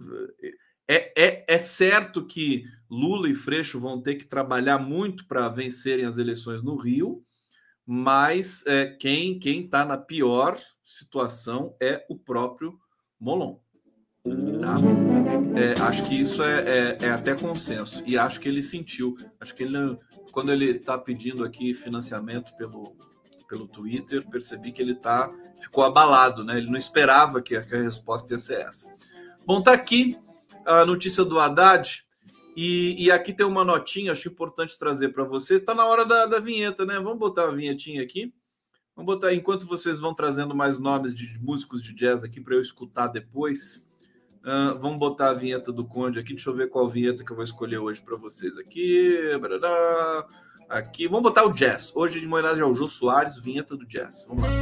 [SPEAKER 1] é certo que Lula e Freixo vão ter que trabalhar muito para vencerem as eleições no Rio, mas quem está na pior situação é o próprio Molon. Tá? Acho que isso é até consenso. E acho que ele sentiu. Acho que quando ele está pedindo aqui financiamento pelo Twitter, percebi que ele ficou abalado, né? Ele não esperava que a resposta ia ser essa. Bom, tá aqui a notícia do Haddad. E aqui tem uma notinha, acho importante trazer para vocês. Está na hora da vinheta, né? Vamos botar a vinhetinha aqui. Vamos botar, enquanto vocês vão trazendo mais nomes de músicos de jazz aqui para eu escutar depois. Vamos botar a vinheta do Conde aqui. Deixa eu ver qual vinheta que eu vou escolher hoje para vocês aqui. Aqui. Vamos botar o jazz. Hoje, em homenagem ao Jô Soares, vinheta do jazz. Vamos lá.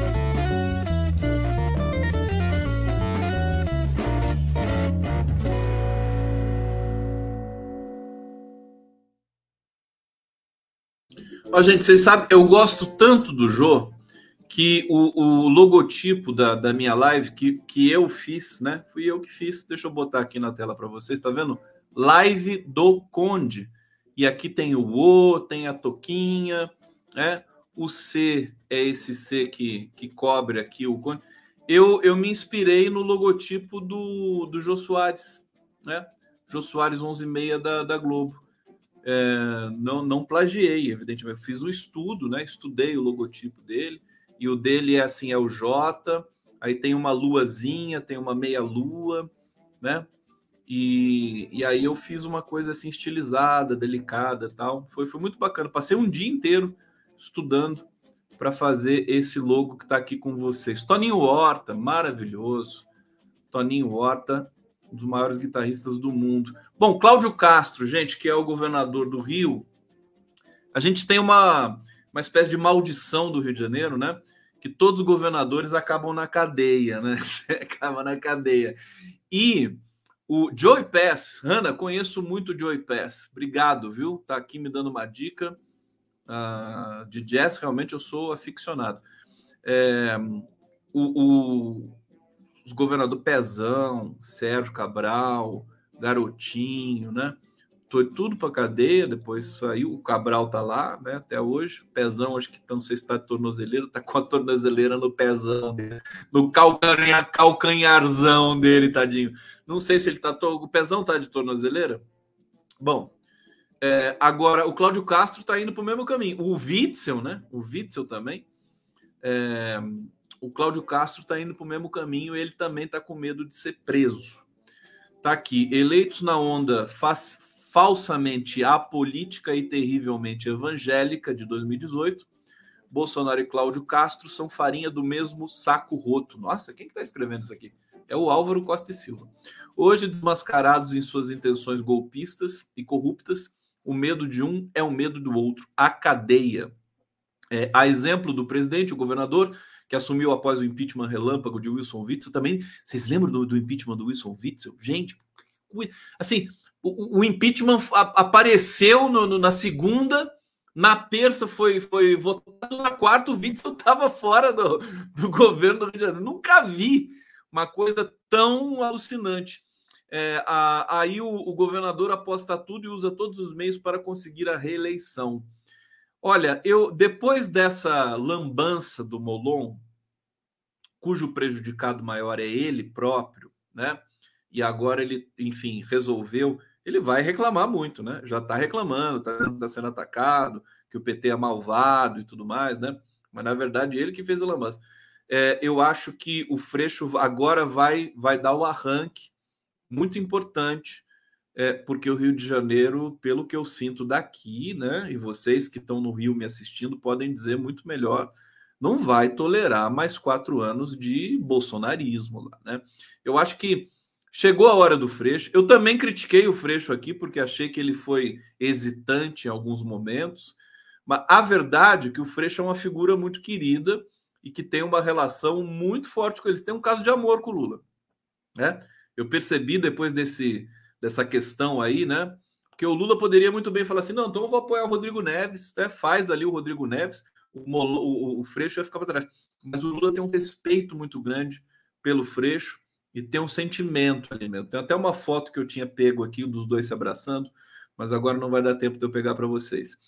[SPEAKER 1] Ó, gente, vocês sabem, eu gosto tanto do Jô que o logotipo da minha live que eu fiz, né? Fui eu que fiz. Deixa eu botar aqui na tela para vocês. Tá vendo? Live do Conde. E aqui tem o O, tem a toquinha, né? O C é esse C que cobre aqui o Conde. Eu me inspirei no logotipo do Jô Soares, né? Jô Soares 11h30 da Globo. Não plagiei, evidentemente. Eu fiz um estudo, né? Estudei o logotipo dele. E o dele é o J, aí tem uma luazinha, tem uma meia lua, né? E aí eu fiz uma coisa assim estilizada, delicada, tal. Foi muito bacana. Passei um dia inteiro estudando para fazer esse logo que está aqui com vocês. Toninho Horta, maravilhoso. Toninho Horta, um dos maiores guitarristas do mundo. Bom, Cláudio Castro, gente, que é o governador do Rio. A gente tem uma espécie de maldição do Rio de Janeiro, né? Que todos os governadores acabam na cadeia, né? Acabam na cadeia. E o Joey Pass, Hanna, conheço muito o Joey Pass. Obrigado, viu? Tá aqui me dando uma dica de jazz. Realmente eu sou aficionado. Os governadores Pezão, Sérgio Cabral, Garotinho, né? Foi tudo para cadeia, depois saiu. O Cabral tá lá, né? Até hoje. O Pezão, acho que não sei se está de tornozeleira, tá com a tornozeleira no pezão dele, no calcanharzão dele, tadinho. Não sei se ele tá. O Pezão tá de tornozeleira? Bom, agora o Cláudio Castro tá indo para o mesmo caminho. O Witzel, né? O Witzel também. O Cláudio Castro tá indo para o mesmo caminho. Ele também tá com medo de ser preso. Tá aqui, eleitos na onda falsamente apolítica e terrivelmente evangélica de 2018, Bolsonaro e Cláudio Castro são farinha do mesmo saco roto. Nossa, quem que está escrevendo isso aqui? É o Álvaro Costa e Silva. Hoje, desmascarados em suas intenções golpistas e corruptas, o medo de um é o medo do outro. A cadeia. A exemplo do presidente, o governador, que assumiu após o impeachment relâmpago de Wilson Witzel. Também, vocês lembram do impeachment do Wilson Witzel? Gente, assim, o impeachment apareceu na segunda, na terça foi votado, na quarta o Witzel estava fora do governo do Rio de Janeiro. Nunca vi uma coisa tão alucinante. Aí o governador aposta tudo e usa todos os meios para conseguir a reeleição. Olha, depois dessa lambança do Molon, cujo prejudicado maior é ele próprio, né? E agora ele, enfim, resolveu. Ele vai reclamar muito, né? Já está reclamando, está sendo atacado, que o PT é malvado e tudo mais, né? Mas na verdade ele que fez a lambança. Eu acho que o Freixo agora vai dar o arranque muito importante. Porque o Rio de Janeiro, pelo que eu sinto daqui, né, e vocês que estão no Rio me assistindo podem dizer muito melhor, não vai tolerar mais 4 anos de bolsonarismo lá, né? Eu acho que chegou a hora do Freixo. Eu também critiquei o Freixo aqui porque achei que ele foi hesitante em alguns momentos, mas a verdade é que o Freixo é uma figura muito querida e que tem uma relação muito forte com eles. Tem um caso de amor com o Lula, né? Eu percebi depois dessa questão aí, né? Porque o Lula poderia muito bem falar assim: não, então eu vou apoiar o Rodrigo Neves, né? Faz ali o Rodrigo Neves, o Freixo vai ficar para trás. Mas o Lula tem um respeito muito grande pelo Freixo e tem um sentimento ali mesmo. Tem até uma foto que eu tinha pego aqui dos dois se abraçando, mas agora não vai dar tempo de eu pegar para vocês.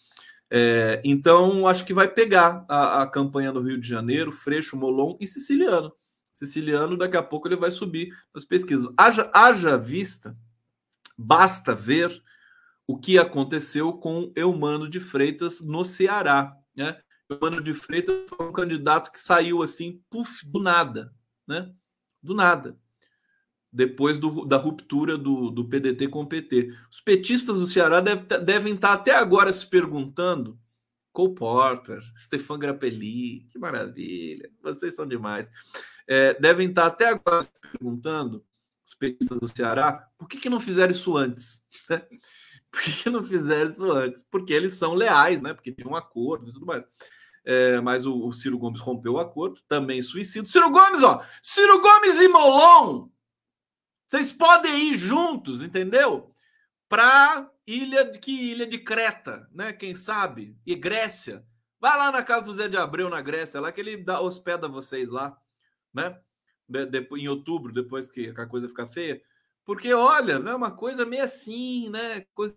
[SPEAKER 1] Então, acho que vai pegar a campanha do Rio de Janeiro, Freixo, Molon e Siciliano. Siciliano, daqui a pouco ele vai subir nas pesquisas. Haja vista, basta ver o que aconteceu com Eumano de Freitas no Ceará, né? Eumano de Freitas foi um candidato que saiu assim, do nada, né? Do nada. Depois da ruptura do PDT com o PT. Os petistas do Ceará devem estar até agora se perguntando: Cole Porter, Stefan Grappelli, que maravilha, vocês são demais. Devem estar até agora se perguntando, os petistas do Ceará, por que não fizeram isso antes? Por que não fizeram isso antes? Porque eles são leais, né? Porque tinha um acordo e tudo mais. Mas o Ciro Gomes rompeu o acordo, também suicídio. Ciro Gomes, Ciro Gomes e Molon, vocês podem ir juntos, entendeu? Para ilha de Creta, né? Quem sabe? E Grécia. Vai lá na casa do Zé de Abreu, na Grécia, lá que ele hospeda vocês lá, né? Em outubro, depois que a coisa ficar feia. Porque, olha, é uma coisa meio assim, né? Coisa.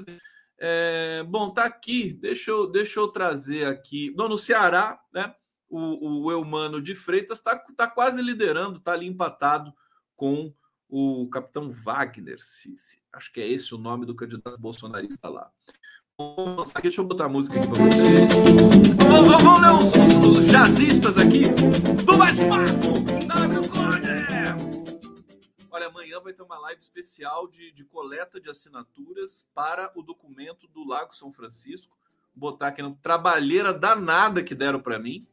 [SPEAKER 1] Bom, tá aqui. Deixa eu trazer aqui. No Ceará, né? O Eumano de Freitas tá quase liderando, tá ali empatado com o capitão Wagner. Acho que é esse o nome do candidato bolsonarista lá. Deixa eu botar a música aqui para vocês. Vamos ler os jazzistas aqui do bate-papo na Agrocorner. Olha, amanhã vai ter uma live especial de coleta de assinaturas para o documento do Lago São Francisco. Vou botar aqui na trabalheira danada que deram para mim.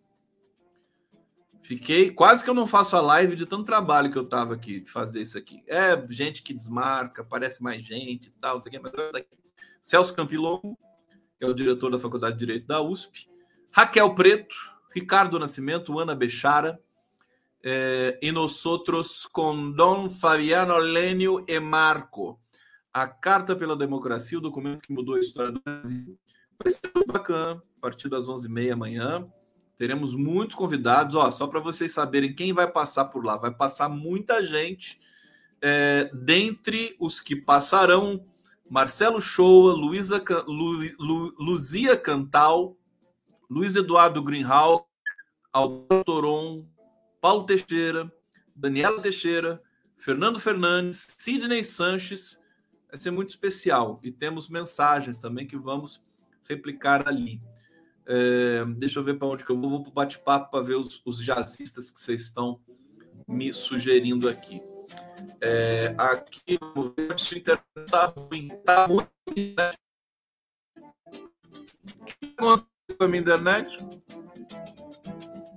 [SPEAKER 1] Fiquei quase que eu não faço a live de tanto trabalho que eu tava aqui de fazer isso aqui. Gente que desmarca, aparece mais gente e tal. Celso Campilongo, que é o diretor da Faculdade de Direito da USP. Raquel Preto, Ricardo Nascimento, Ana Bechara. E nós outros com Dom Fabiano Lênio e Marco. A Carta pela Democracia, o documento que mudou a história do Brasil. Vai ser muito bacana, a partir das 11h30 amanhã. Teremos muitos convidados, só para vocês saberem quem vai passar por lá. Vai passar muita gente. Dentre os que passarão, Marcelo Shoa, Luzia Cantal, Luiz Eduardo Greenhalgh, Alberto Toron, Paulo Teixeira, Daniela Teixeira, Fernando Fernandes, Sidney Sanches. Vai ser muito especial. E temos mensagens também que vamos replicar ali. Deixa eu ver para onde que eu vou para o bate-papo para ver os jazzistas que vocês estão me sugerindo aqui. Aqui o internet está ruim, está muito ruim. O que acontece com a minha internet?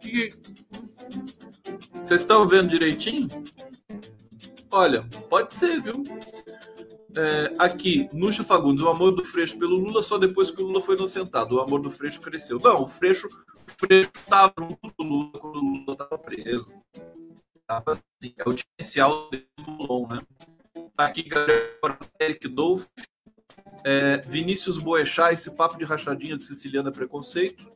[SPEAKER 1] Vocês estão vendo direitinho? Olha, pode ser, viu? Aqui, Nuxa Fagundes, o amor do Freixo pelo Lula só depois que o Lula foi inocentado. O amor do Freixo cresceu. Não, o Freixo estava junto do Lula quando o Lula estava preso. Tava assim, é o diferencial do Lula, né? Aqui, Gabriel Eric Dolph, Vinícius Boechat, esse papo de rachadinha de siciliana é preconceito?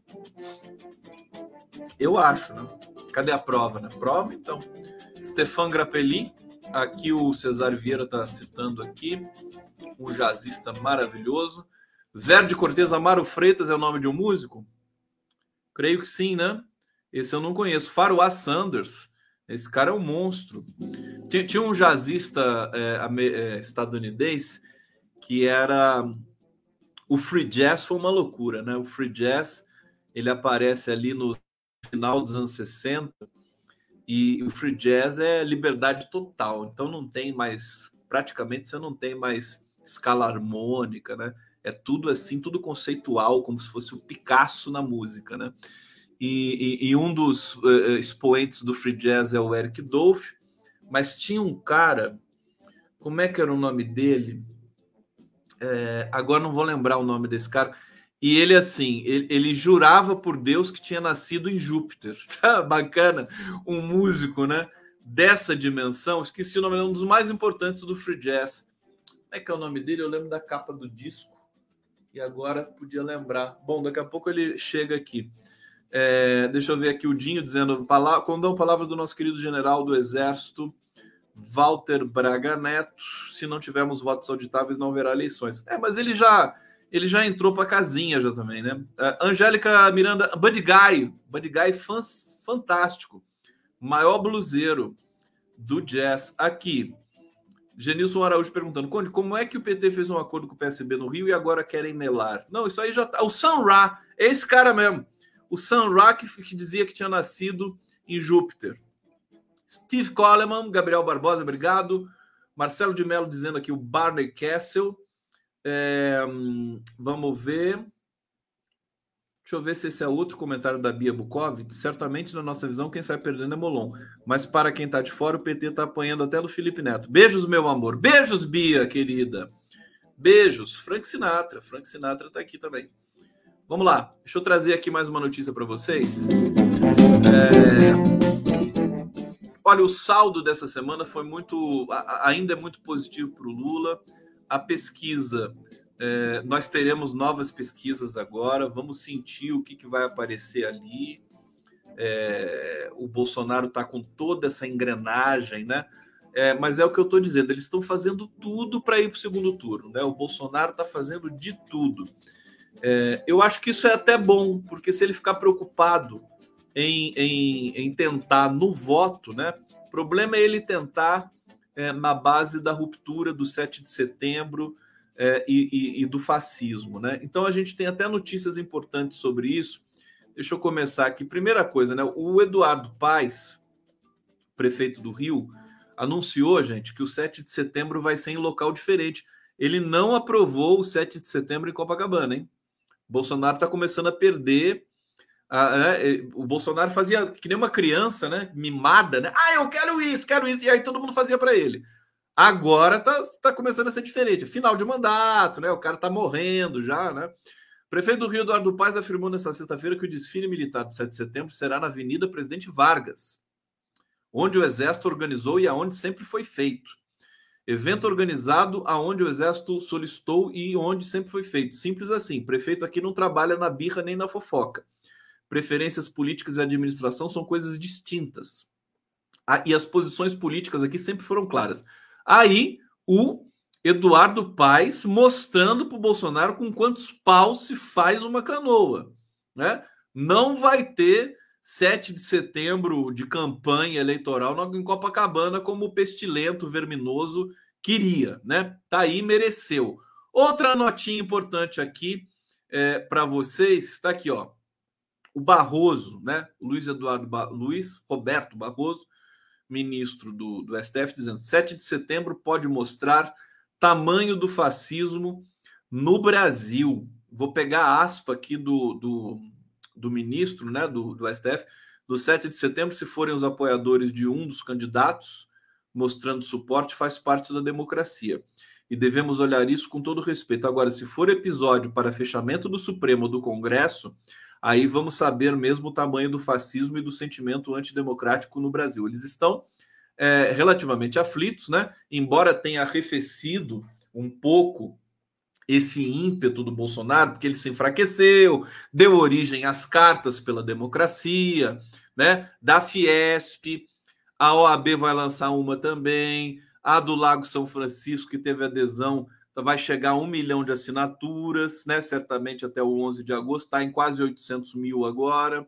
[SPEAKER 1] Eu acho, né? Cadê a prova, né? Prova, então. Stefan Grappelli, aqui o Cesário Vieira está citando aqui, um jazzista maravilhoso. Verde Cortez Amaro Freitas é o nome de um músico? Creio que sim, né? Esse eu não conheço. Pharoah Sanders, esse cara é um monstro. Tinha um jazzista estadunidense que era... O free jazz foi uma loucura, né? O free jazz, ele aparece ali no final dos anos 60, e o free jazz é liberdade total, então não tem mais, praticamente você não tem mais escala harmônica, né? É tudo assim, tudo conceitual, como se fosse o Picasso na música, né? E um dos expoentes do free jazz é o Eric Dolph, mas tinha um cara, como é que era o nome dele? Agora não vou lembrar o nome desse cara. E ele, assim, ele jurava por Deus que tinha nascido em Júpiter. Bacana. Um músico, né? Dessa dimensão. Esqueci o nome, é um dos mais importantes do free jazz. Como é que é o nome dele? Eu lembro da capa do disco. E agora podia lembrar. Bom, daqui a pouco ele chega aqui. Deixa eu ver aqui o Dinho dizendo... Condão palavras do nosso querido general do Exército, Walter Braga Neto. Se não tivermos votos auditáveis, não haverá eleições. Mas ele já entrou para casinha já também, né? Angélica Miranda, Buddy Guy fantástico, maior bluseiro do jazz. Aqui, Genilson Araújo perguntando, Conde, como é que o PT fez um acordo com o PSB no Rio e agora querem melar? Não, isso aí já tá. O Sun Ra, é esse cara mesmo. O Sun Ra que dizia que tinha nascido em Júpiter. Steve Coleman, Gabriel Barbosa, obrigado. Marcelo de Mello dizendo aqui o Barney Castle. Vamos ver. Deixa eu ver se esse é outro comentário da Bia Bukovic. Certamente, na nossa visão, quem sai perdendo é Molon. Mas para quem está de fora, o PT está apanhando até do Felipe Neto. Beijos, meu amor. Beijos, Bia, querida. Beijos. Frank Sinatra está aqui também. Vamos lá. Deixa eu trazer aqui mais uma notícia para vocês. Olha, o saldo dessa semana foi ainda é muito positivo para o Lula. A pesquisa, nós teremos novas pesquisas agora, vamos sentir o que vai aparecer ali. O Bolsonaro está com toda essa engrenagem, né? Mas é o que eu estou dizendo, eles estão fazendo tudo para ir para o segundo turno, né? O Bolsonaro está fazendo de tudo. Eu acho que isso é até bom, porque se ele ficar preocupado em tentar no voto, né? O problema é ele tentar na base da ruptura do 7 de setembro e do fascismo, né? Então a gente tem até notícias importantes sobre isso. Deixa eu começar aqui. Primeira coisa, né? O Eduardo Paes, prefeito do Rio, anunciou, gente, que o 7 de setembro vai ser em local diferente. Ele não aprovou o 7 de setembro em Copacabana, hein? Bolsonaro está começando a perder. O Bolsonaro fazia que nem uma criança, né? Mimada, né? Eu quero isso. E aí todo mundo fazia para ele. Agora tá começando a ser diferente. Final de mandato, né? O cara tá morrendo já, né? O prefeito do Rio, Eduardo Paes, afirmou nesta sexta-feira que o desfile militar do 7 de setembro será na Avenida Presidente Vargas, onde o Exército organizou e aonde sempre foi feito. Evento organizado aonde o Exército solicitou e onde sempre foi feito. Simples assim. Prefeito aqui não trabalha na birra nem na fofoca. Preferências políticas e administração são coisas distintas. E as posições políticas aqui sempre foram claras. Aí, o Eduardo Paes mostrando para o Bolsonaro com quantos paus se faz uma canoa, né? Não vai ter 7 de setembro de campanha eleitoral em Copacabana como o pestilento verminoso queria, né? Tá aí, mereceu. Outra notinha importante aqui para vocês, está aqui, ó. O Barroso, né? Luiz Roberto Barroso, ministro do STF, dizendo 7 de setembro pode mostrar tamanho do fascismo no Brasil. Vou pegar a aspa aqui do ministro, né, do STF, No 7 de setembro, se forem os apoiadores de um dos candidatos mostrando suporte, faz parte da democracia. E devemos olhar isso com todo respeito. Agora, se for episódio para fechamento do Supremo ou do Congresso, aí vamos saber mesmo o tamanho do fascismo e do sentimento antidemocrático no Brasil. Eles estão relativamente aflitos, né? Embora tenha arrefecido um pouco esse ímpeto do Bolsonaro, porque ele se enfraqueceu, deu origem às cartas pela democracia, né? Da Fiesp, a OAB vai lançar uma também, a do Lago São Francisco, que teve adesão, vai chegar a 1 milhão de assinaturas, né? Certamente até o 11 de agosto, está em quase 800 mil agora.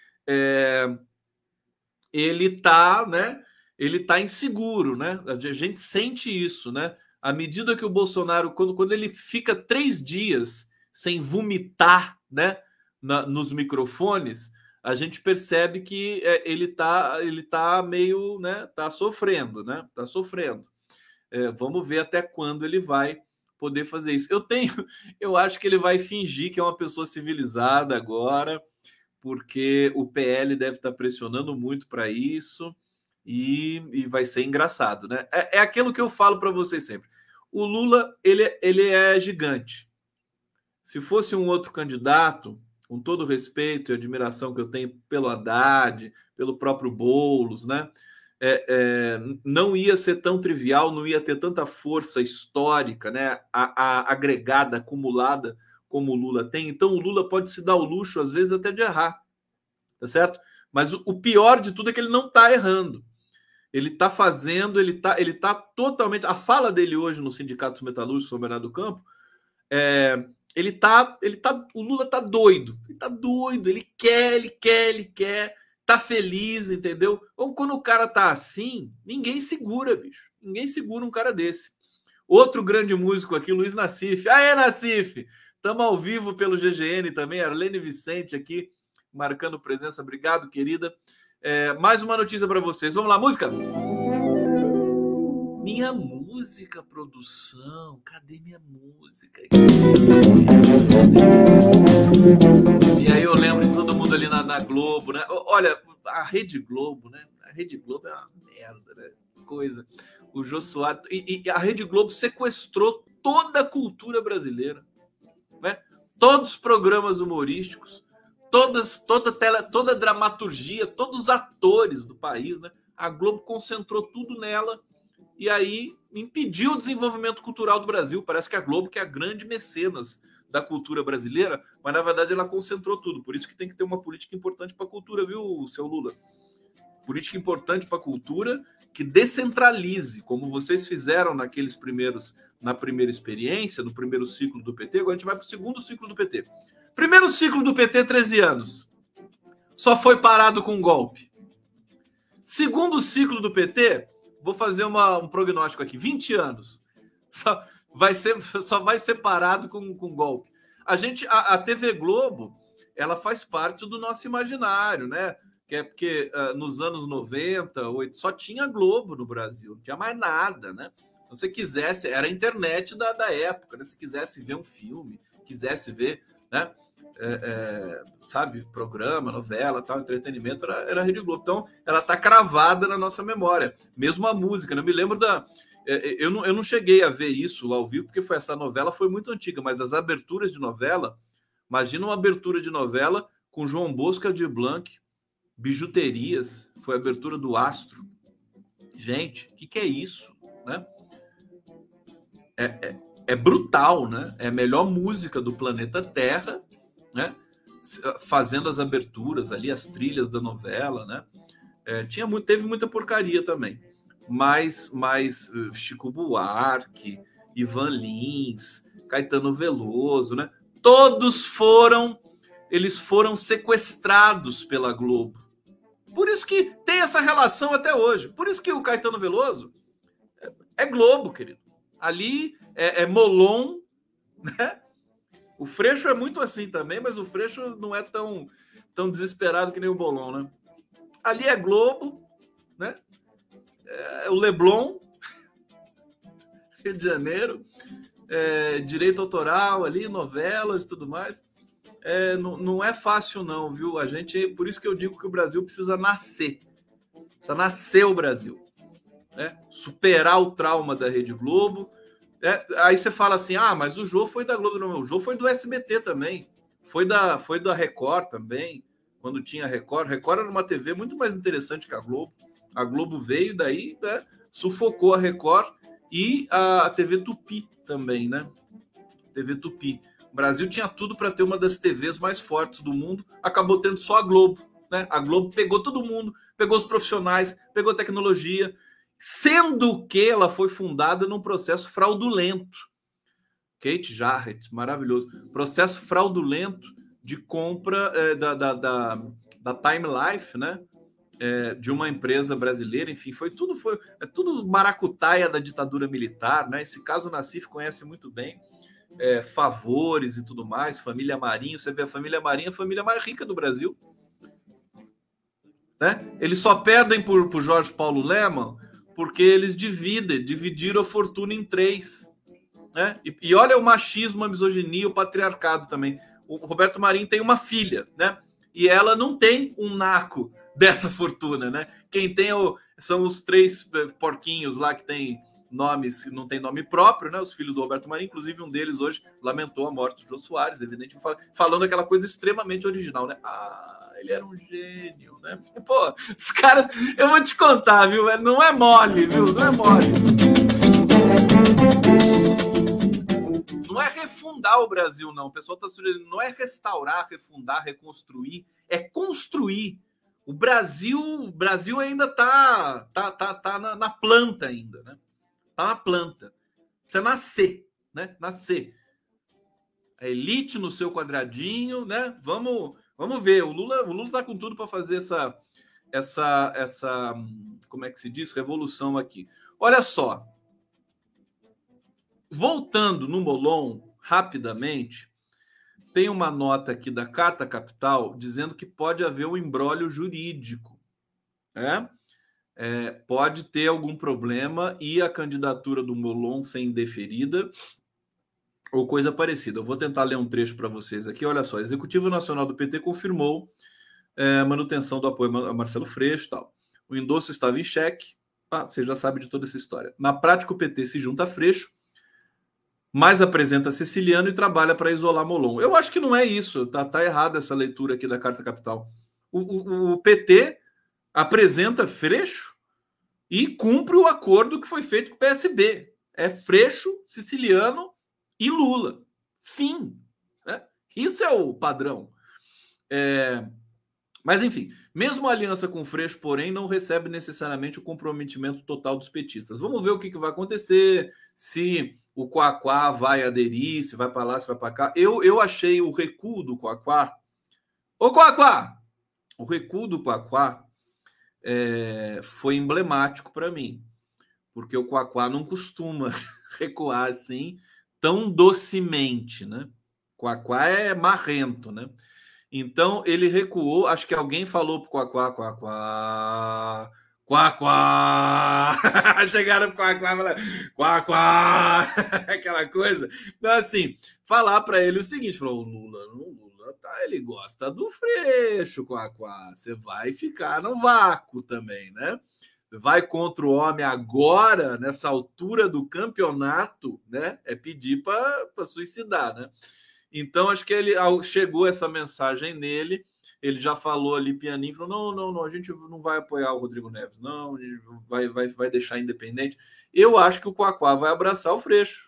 [SPEAKER 1] Ele está, né? Ele está inseguro, né? A gente sente isso, né? À medida que o Bolsonaro, quando ele fica 3 dias sem vomitar, né, nos microfones, a gente percebe que ele tá meio, né, tá sofrendo, né? Tá sofrendo. Vamos ver até quando ele vai poder fazer isso. Eu acho que ele vai fingir que é uma pessoa civilizada agora, porque o PL deve estar pressionando muito para isso. E vai ser engraçado, né? É aquilo que eu falo para vocês sempre. O Lula, ele é gigante. Se fosse um outro candidato, com todo o respeito e admiração que eu tenho pelo Haddad, pelo próprio Boulos, né? Não ia ser tão trivial, não ia ter tanta força histórica, né? A agregada, acumulada, como o Lula tem. Então, o Lula pode se dar o luxo, às vezes, até de errar, tá certo? Mas o pior de tudo é que ele não está errando. Ele está fazendo, ele tá totalmente. A fala dele hoje no Sindicato dos Metalúrgicos, São Bernardo do Campo, o Lula tá doido. Ele tá doido, ele quer, tá feliz, entendeu? Ou quando o cara tá assim, ninguém segura, bicho. Ninguém segura um cara desse. Outro grande músico aqui, Luiz Nassif. Aê, Nassif! Estamos ao vivo pelo GGN também, Arlene Vicente aqui, marcando presença. Obrigado, querida. Mais uma notícia para vocês. Vamos lá, música? Minha música, produção. Cadê minha música? E aí eu lembro de todo mundo ali na Globo, né? Olha, a Rede Globo, né? A Rede Globo é uma merda, né? Coisa. O Jô Soares... E a Rede Globo sequestrou toda a cultura brasileira, né? Todos os programas humorísticos, toda a dramaturgia, todos os atores do país, né? A Globo concentrou tudo nela e aí impediu o desenvolvimento cultural do Brasil. Parece que a Globo que é a grande mecenas da cultura brasileira, mas na verdade ela concentrou tudo. Por isso que tem que ter uma política importante para a cultura, viu, seu Lula? Política importante para a cultura que descentralize, como vocês fizeram na primeira experiência, no primeiro ciclo do PT. Agora a gente vai para o segundo ciclo do PT. Primeiro ciclo do PT, 13 anos. Só foi parado com um golpe. Segundo ciclo do PT, vou fazer um prognóstico aqui, 20 anos. Só vai ser parado com golpe. A TV Globo, ela faz parte do nosso imaginário, né? Que é porque nos anos 90, só tinha Globo no Brasil, não tinha mais nada, né? Se você quisesse, era a internet da época, né? Se quisesse ver um filme, quisesse ver, né? Sabe, programa, novela, tal, entretenimento, era a Rede Globo. Então, ela está cravada na nossa memória. Mesmo a música, né? Eu me lembro eu não cheguei a ver isso ao vivo, porque essa novela foi muito antiga, mas as aberturas de novela, imagina uma abertura de novela com João Bosco e Aldir Blanc, bijuterias, foi a abertura do Astro. Gente, o que é isso, né? É brutal, né? É a melhor música do planeta Terra, né? Fazendo as aberturas ali, as trilhas da novela, né? Teve muita porcaria também, mas Chico Buarque, Ivan Lins, Caetano Veloso, né? Todos foram sequestrados pela Globo. Por isso que tem essa relação até hoje. Por isso que o Caetano Veloso é Globo, querido. Ali é Molon, né? O Freixo é muito assim também, mas o Freixo não é tão desesperado que nem o Molon, né? Ali é Globo, né? O Leblon, Rio de Janeiro, direito autoral ali, novelas e tudo mais. Não é fácil não, viu? Por isso que eu digo que o Brasil precisa nascer. Precisa nascer o Brasil. Né? Superar o trauma da Rede Globo. Aí você fala assim, mas o Jô foi da Globo. Não, o Jô foi do SBT também. Foi da Record também, quando tinha Record. Record era uma TV muito mais interessante que a Globo. A Globo veio daí, né, sufocou a Record e a TV Tupi também, né? TV Tupi. O Brasil tinha tudo para ter uma das TVs mais fortes do mundo, acabou tendo só a Globo, né? A Globo pegou todo mundo, pegou os profissionais, pegou tecnologia, sendo que ela foi fundada num processo fraudulento. Kate Jarrett, maravilhoso. Processo fraudulento de compra da Time Life, né? De uma empresa brasileira, enfim, foi tudo maracutaia da ditadura militar, né? Esse caso o Nassif conhece muito bem. Favores e tudo mais, família Marinho, você vê a família Marinho, a família mais rica do Brasil, né? Eles só perdem por Jorge Paulo Lemann porque eles dividiram a fortuna em 3, né? E olha o machismo, a misoginia, o patriarcado também. O Roberto Marinho tem uma filha, né? E ela não tem um naco dessa fortuna, né? Quem tem são os 3 porquinhos lá que tem nomes, não tem nome próprio, né? Os filhos do Roberto Marinho, inclusive um deles hoje lamentou a morte do Jô Soares, evidentemente, falando aquela coisa extremamente original, né? Ele era um gênio, né? Pô, os caras, eu vou te contar, viu? Não é mole, viu? Não é mole. Não é refundar o Brasil, não. O pessoal está sugerindo, não é restaurar, refundar, reconstruir, é construir. O Brasil ainda tá na planta ainda, né? Tá na planta. Precisa nascer, né? Nascer. A elite no seu quadradinho, né? Vamos ver. O Lula tá com tudo para fazer essa como é que se diz? Revolução aqui. Olha só. Voltando no Molon, rapidamente, tem uma nota aqui da Carta Capital dizendo que pode haver um imbróglio jurídico. Pode ter algum problema e a candidatura do Molon ser indeferida ou coisa parecida. Eu vou tentar ler um trecho para vocês aqui. Olha só, Executivo Nacional do PT confirmou a manutenção do apoio a Marcelo Freixo e tal. O endosso estava em xeque. Você já sabe de toda essa história. Na prática, o PT se junta a Freixo, mas apresenta Ceciliano e trabalha para isolar Molon. Eu acho que não é isso. Tá errada essa leitura aqui da Carta Capital. O PT apresenta Freixo e cumpre o acordo que foi feito com o PSB. É Freixo, Ceciliano e Lula. Fim. Né? Isso é o padrão. Mas, enfim, mesmo a aliança com o Freixo, porém, não recebe necessariamente o comprometimento total dos petistas. Vamos ver o que vai acontecer, se o Quaquá vai aderir, se vai para lá, se vai para cá. Eu achei o recuo do Quaquá. Ô, Quaquá! O recuo do Quaquá foi emblemático para mim, porque o Quaquá não costuma recuar assim tão docemente, né? O Quaquá é marrento, né? Então ele recuou, acho que alguém falou pro Quaquá, chegaram pro Quaquá, falaram, Quaquá, aquela coisa. Então, assim, falar para ele o seguinte, falou, o Lula, tá, ele gosta do Freixo, Quaquá, você vai ficar no vácuo também, né? Vai contra o homem agora, nessa altura do campeonato, né? É pedir para suicidar, né? Então, acho que chegou essa mensagem nele, ele já falou ali pianinho, falou, não, a gente não vai apoiar o Rodrigo Neves, não, a gente vai deixar independente. Eu acho que o Quaquá vai abraçar o Freixo.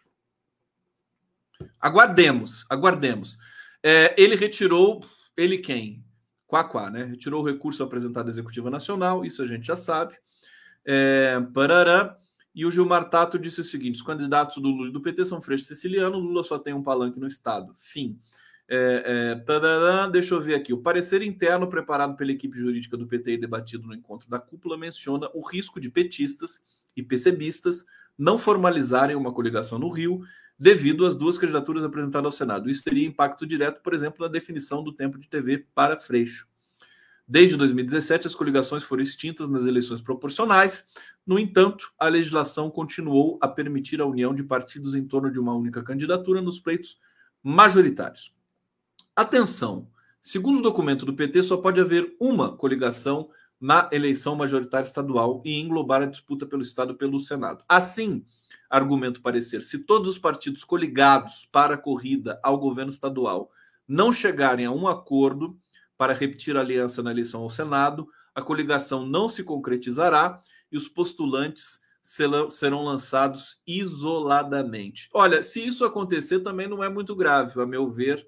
[SPEAKER 1] Aguardemos. Ele retirou, ele quem? Quaquá, né? Retirou o recurso apresentado à Executiva Nacional, isso a gente já sabe. Parará. E o Gilmar Tato disse o seguinte, os candidatos do Lula e do PT são Freixo e Ceciliano, Lula só tem um palanque no Estado. Fim. Deixa eu ver aqui. O parecer interno preparado pela equipe jurídica do PT e debatido no encontro da cúpula menciona o risco de petistas e PCBistas não formalizarem uma coligação no Rio devido às 2 candidaturas apresentadas ao Senado. Isso teria impacto direto, por exemplo, na definição do tempo de TV para Freixo. Desde 2017, as coligações foram extintas nas eleições proporcionais. No entanto, a legislação continuou a permitir a união de partidos em torno de uma única candidatura nos pleitos majoritários. Atenção, segundo o documento do PT, só pode haver uma coligação na eleição majoritária estadual e englobar a disputa pelo Estado e pelo Senado. Assim, argumento parecer, se todos os partidos coligados para a corrida ao governo estadual não chegarem a um acordo para repetir a aliança na eleição ao Senado, a coligação não se concretizará e os postulantes serão lançados isoladamente. Olha, se isso acontecer, também não é muito grave, a meu ver.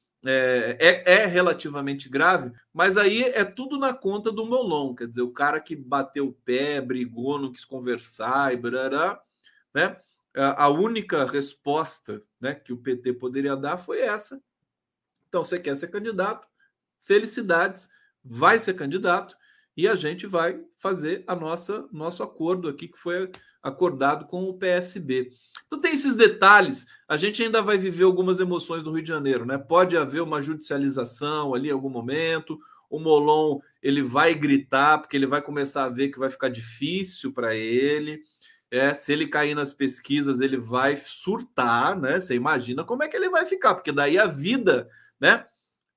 [SPEAKER 1] É relativamente grave, mas aí é tudo na conta do Molon, quer dizer, o cara que bateu o pé, brigou, não quis conversar e brará, né? A única resposta, né, que o PT poderia dar foi essa. Então, você quer ser candidato? Felicidades, vai ser candidato e a gente vai fazer nosso acordo aqui que foi acordado com o PSB. Então tem esses detalhes, a gente ainda vai viver algumas emoções no Rio de Janeiro, né? Pode haver uma judicialização ali em algum momento, o Molon ele vai gritar, porque ele vai começar a ver que vai ficar difícil para ele. Se ele cair nas pesquisas, ele vai surtar, né? Você imagina como é que ele vai ficar, porque daí a vida, né?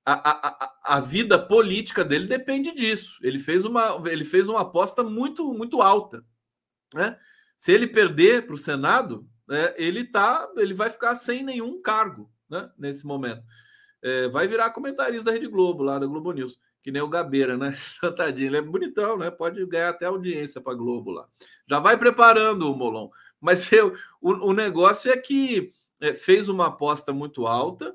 [SPEAKER 1] A vida política dele depende disso. Ele fez uma aposta muito, muito alta, né? Se ele perder para o Senado, ele vai ficar sem nenhum cargo, né, nesse momento. Vai virar comentarista da Rede Globo, lá da Globo News, que nem o Gabeira, né? Tadinho, ele é bonitão, né? Pode ganhar até audiência para Globo lá. Já vai preparando o Molon. Mas o negócio é que fez uma aposta muito alta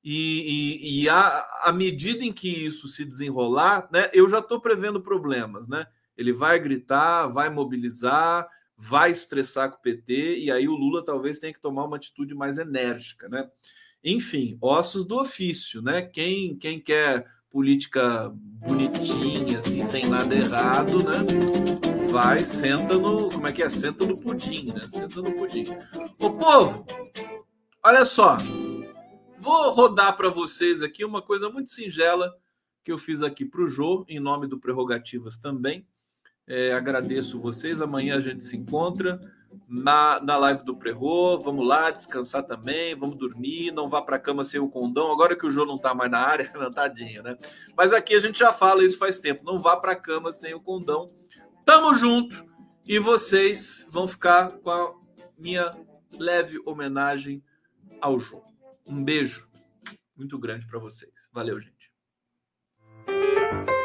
[SPEAKER 1] e à medida em que isso se desenrolar, né, eu já estou prevendo problemas, né? Ele vai gritar, vai mobilizar, vai estressar com o PT, e aí o Lula talvez tenha que tomar uma atitude mais enérgica, né? Enfim, ossos do ofício, né? Quem quer política bonitinha, assim, sem nada errado, né? Vai, senta no... Como é que é? Senta no pudim, né? Senta no pudim. Ô, povo, olha só. Vou rodar para vocês aqui uma coisa muito singela que eu fiz aqui para o Jô, em nome do Prerrogativas também. Agradeço vocês. Amanhã a gente se encontra na live do Prerro. Vamos lá descansar também, vamos dormir, não vá para a cama sem o condão. Agora que o Jô não está mais na área, não, tadinho, né? Mas aqui a gente já fala isso faz tempo. Não vá para a cama sem o condão. Tamo junto e vocês vão ficar com a minha leve homenagem ao Jô. Um beijo muito grande para vocês. Valeu, gente.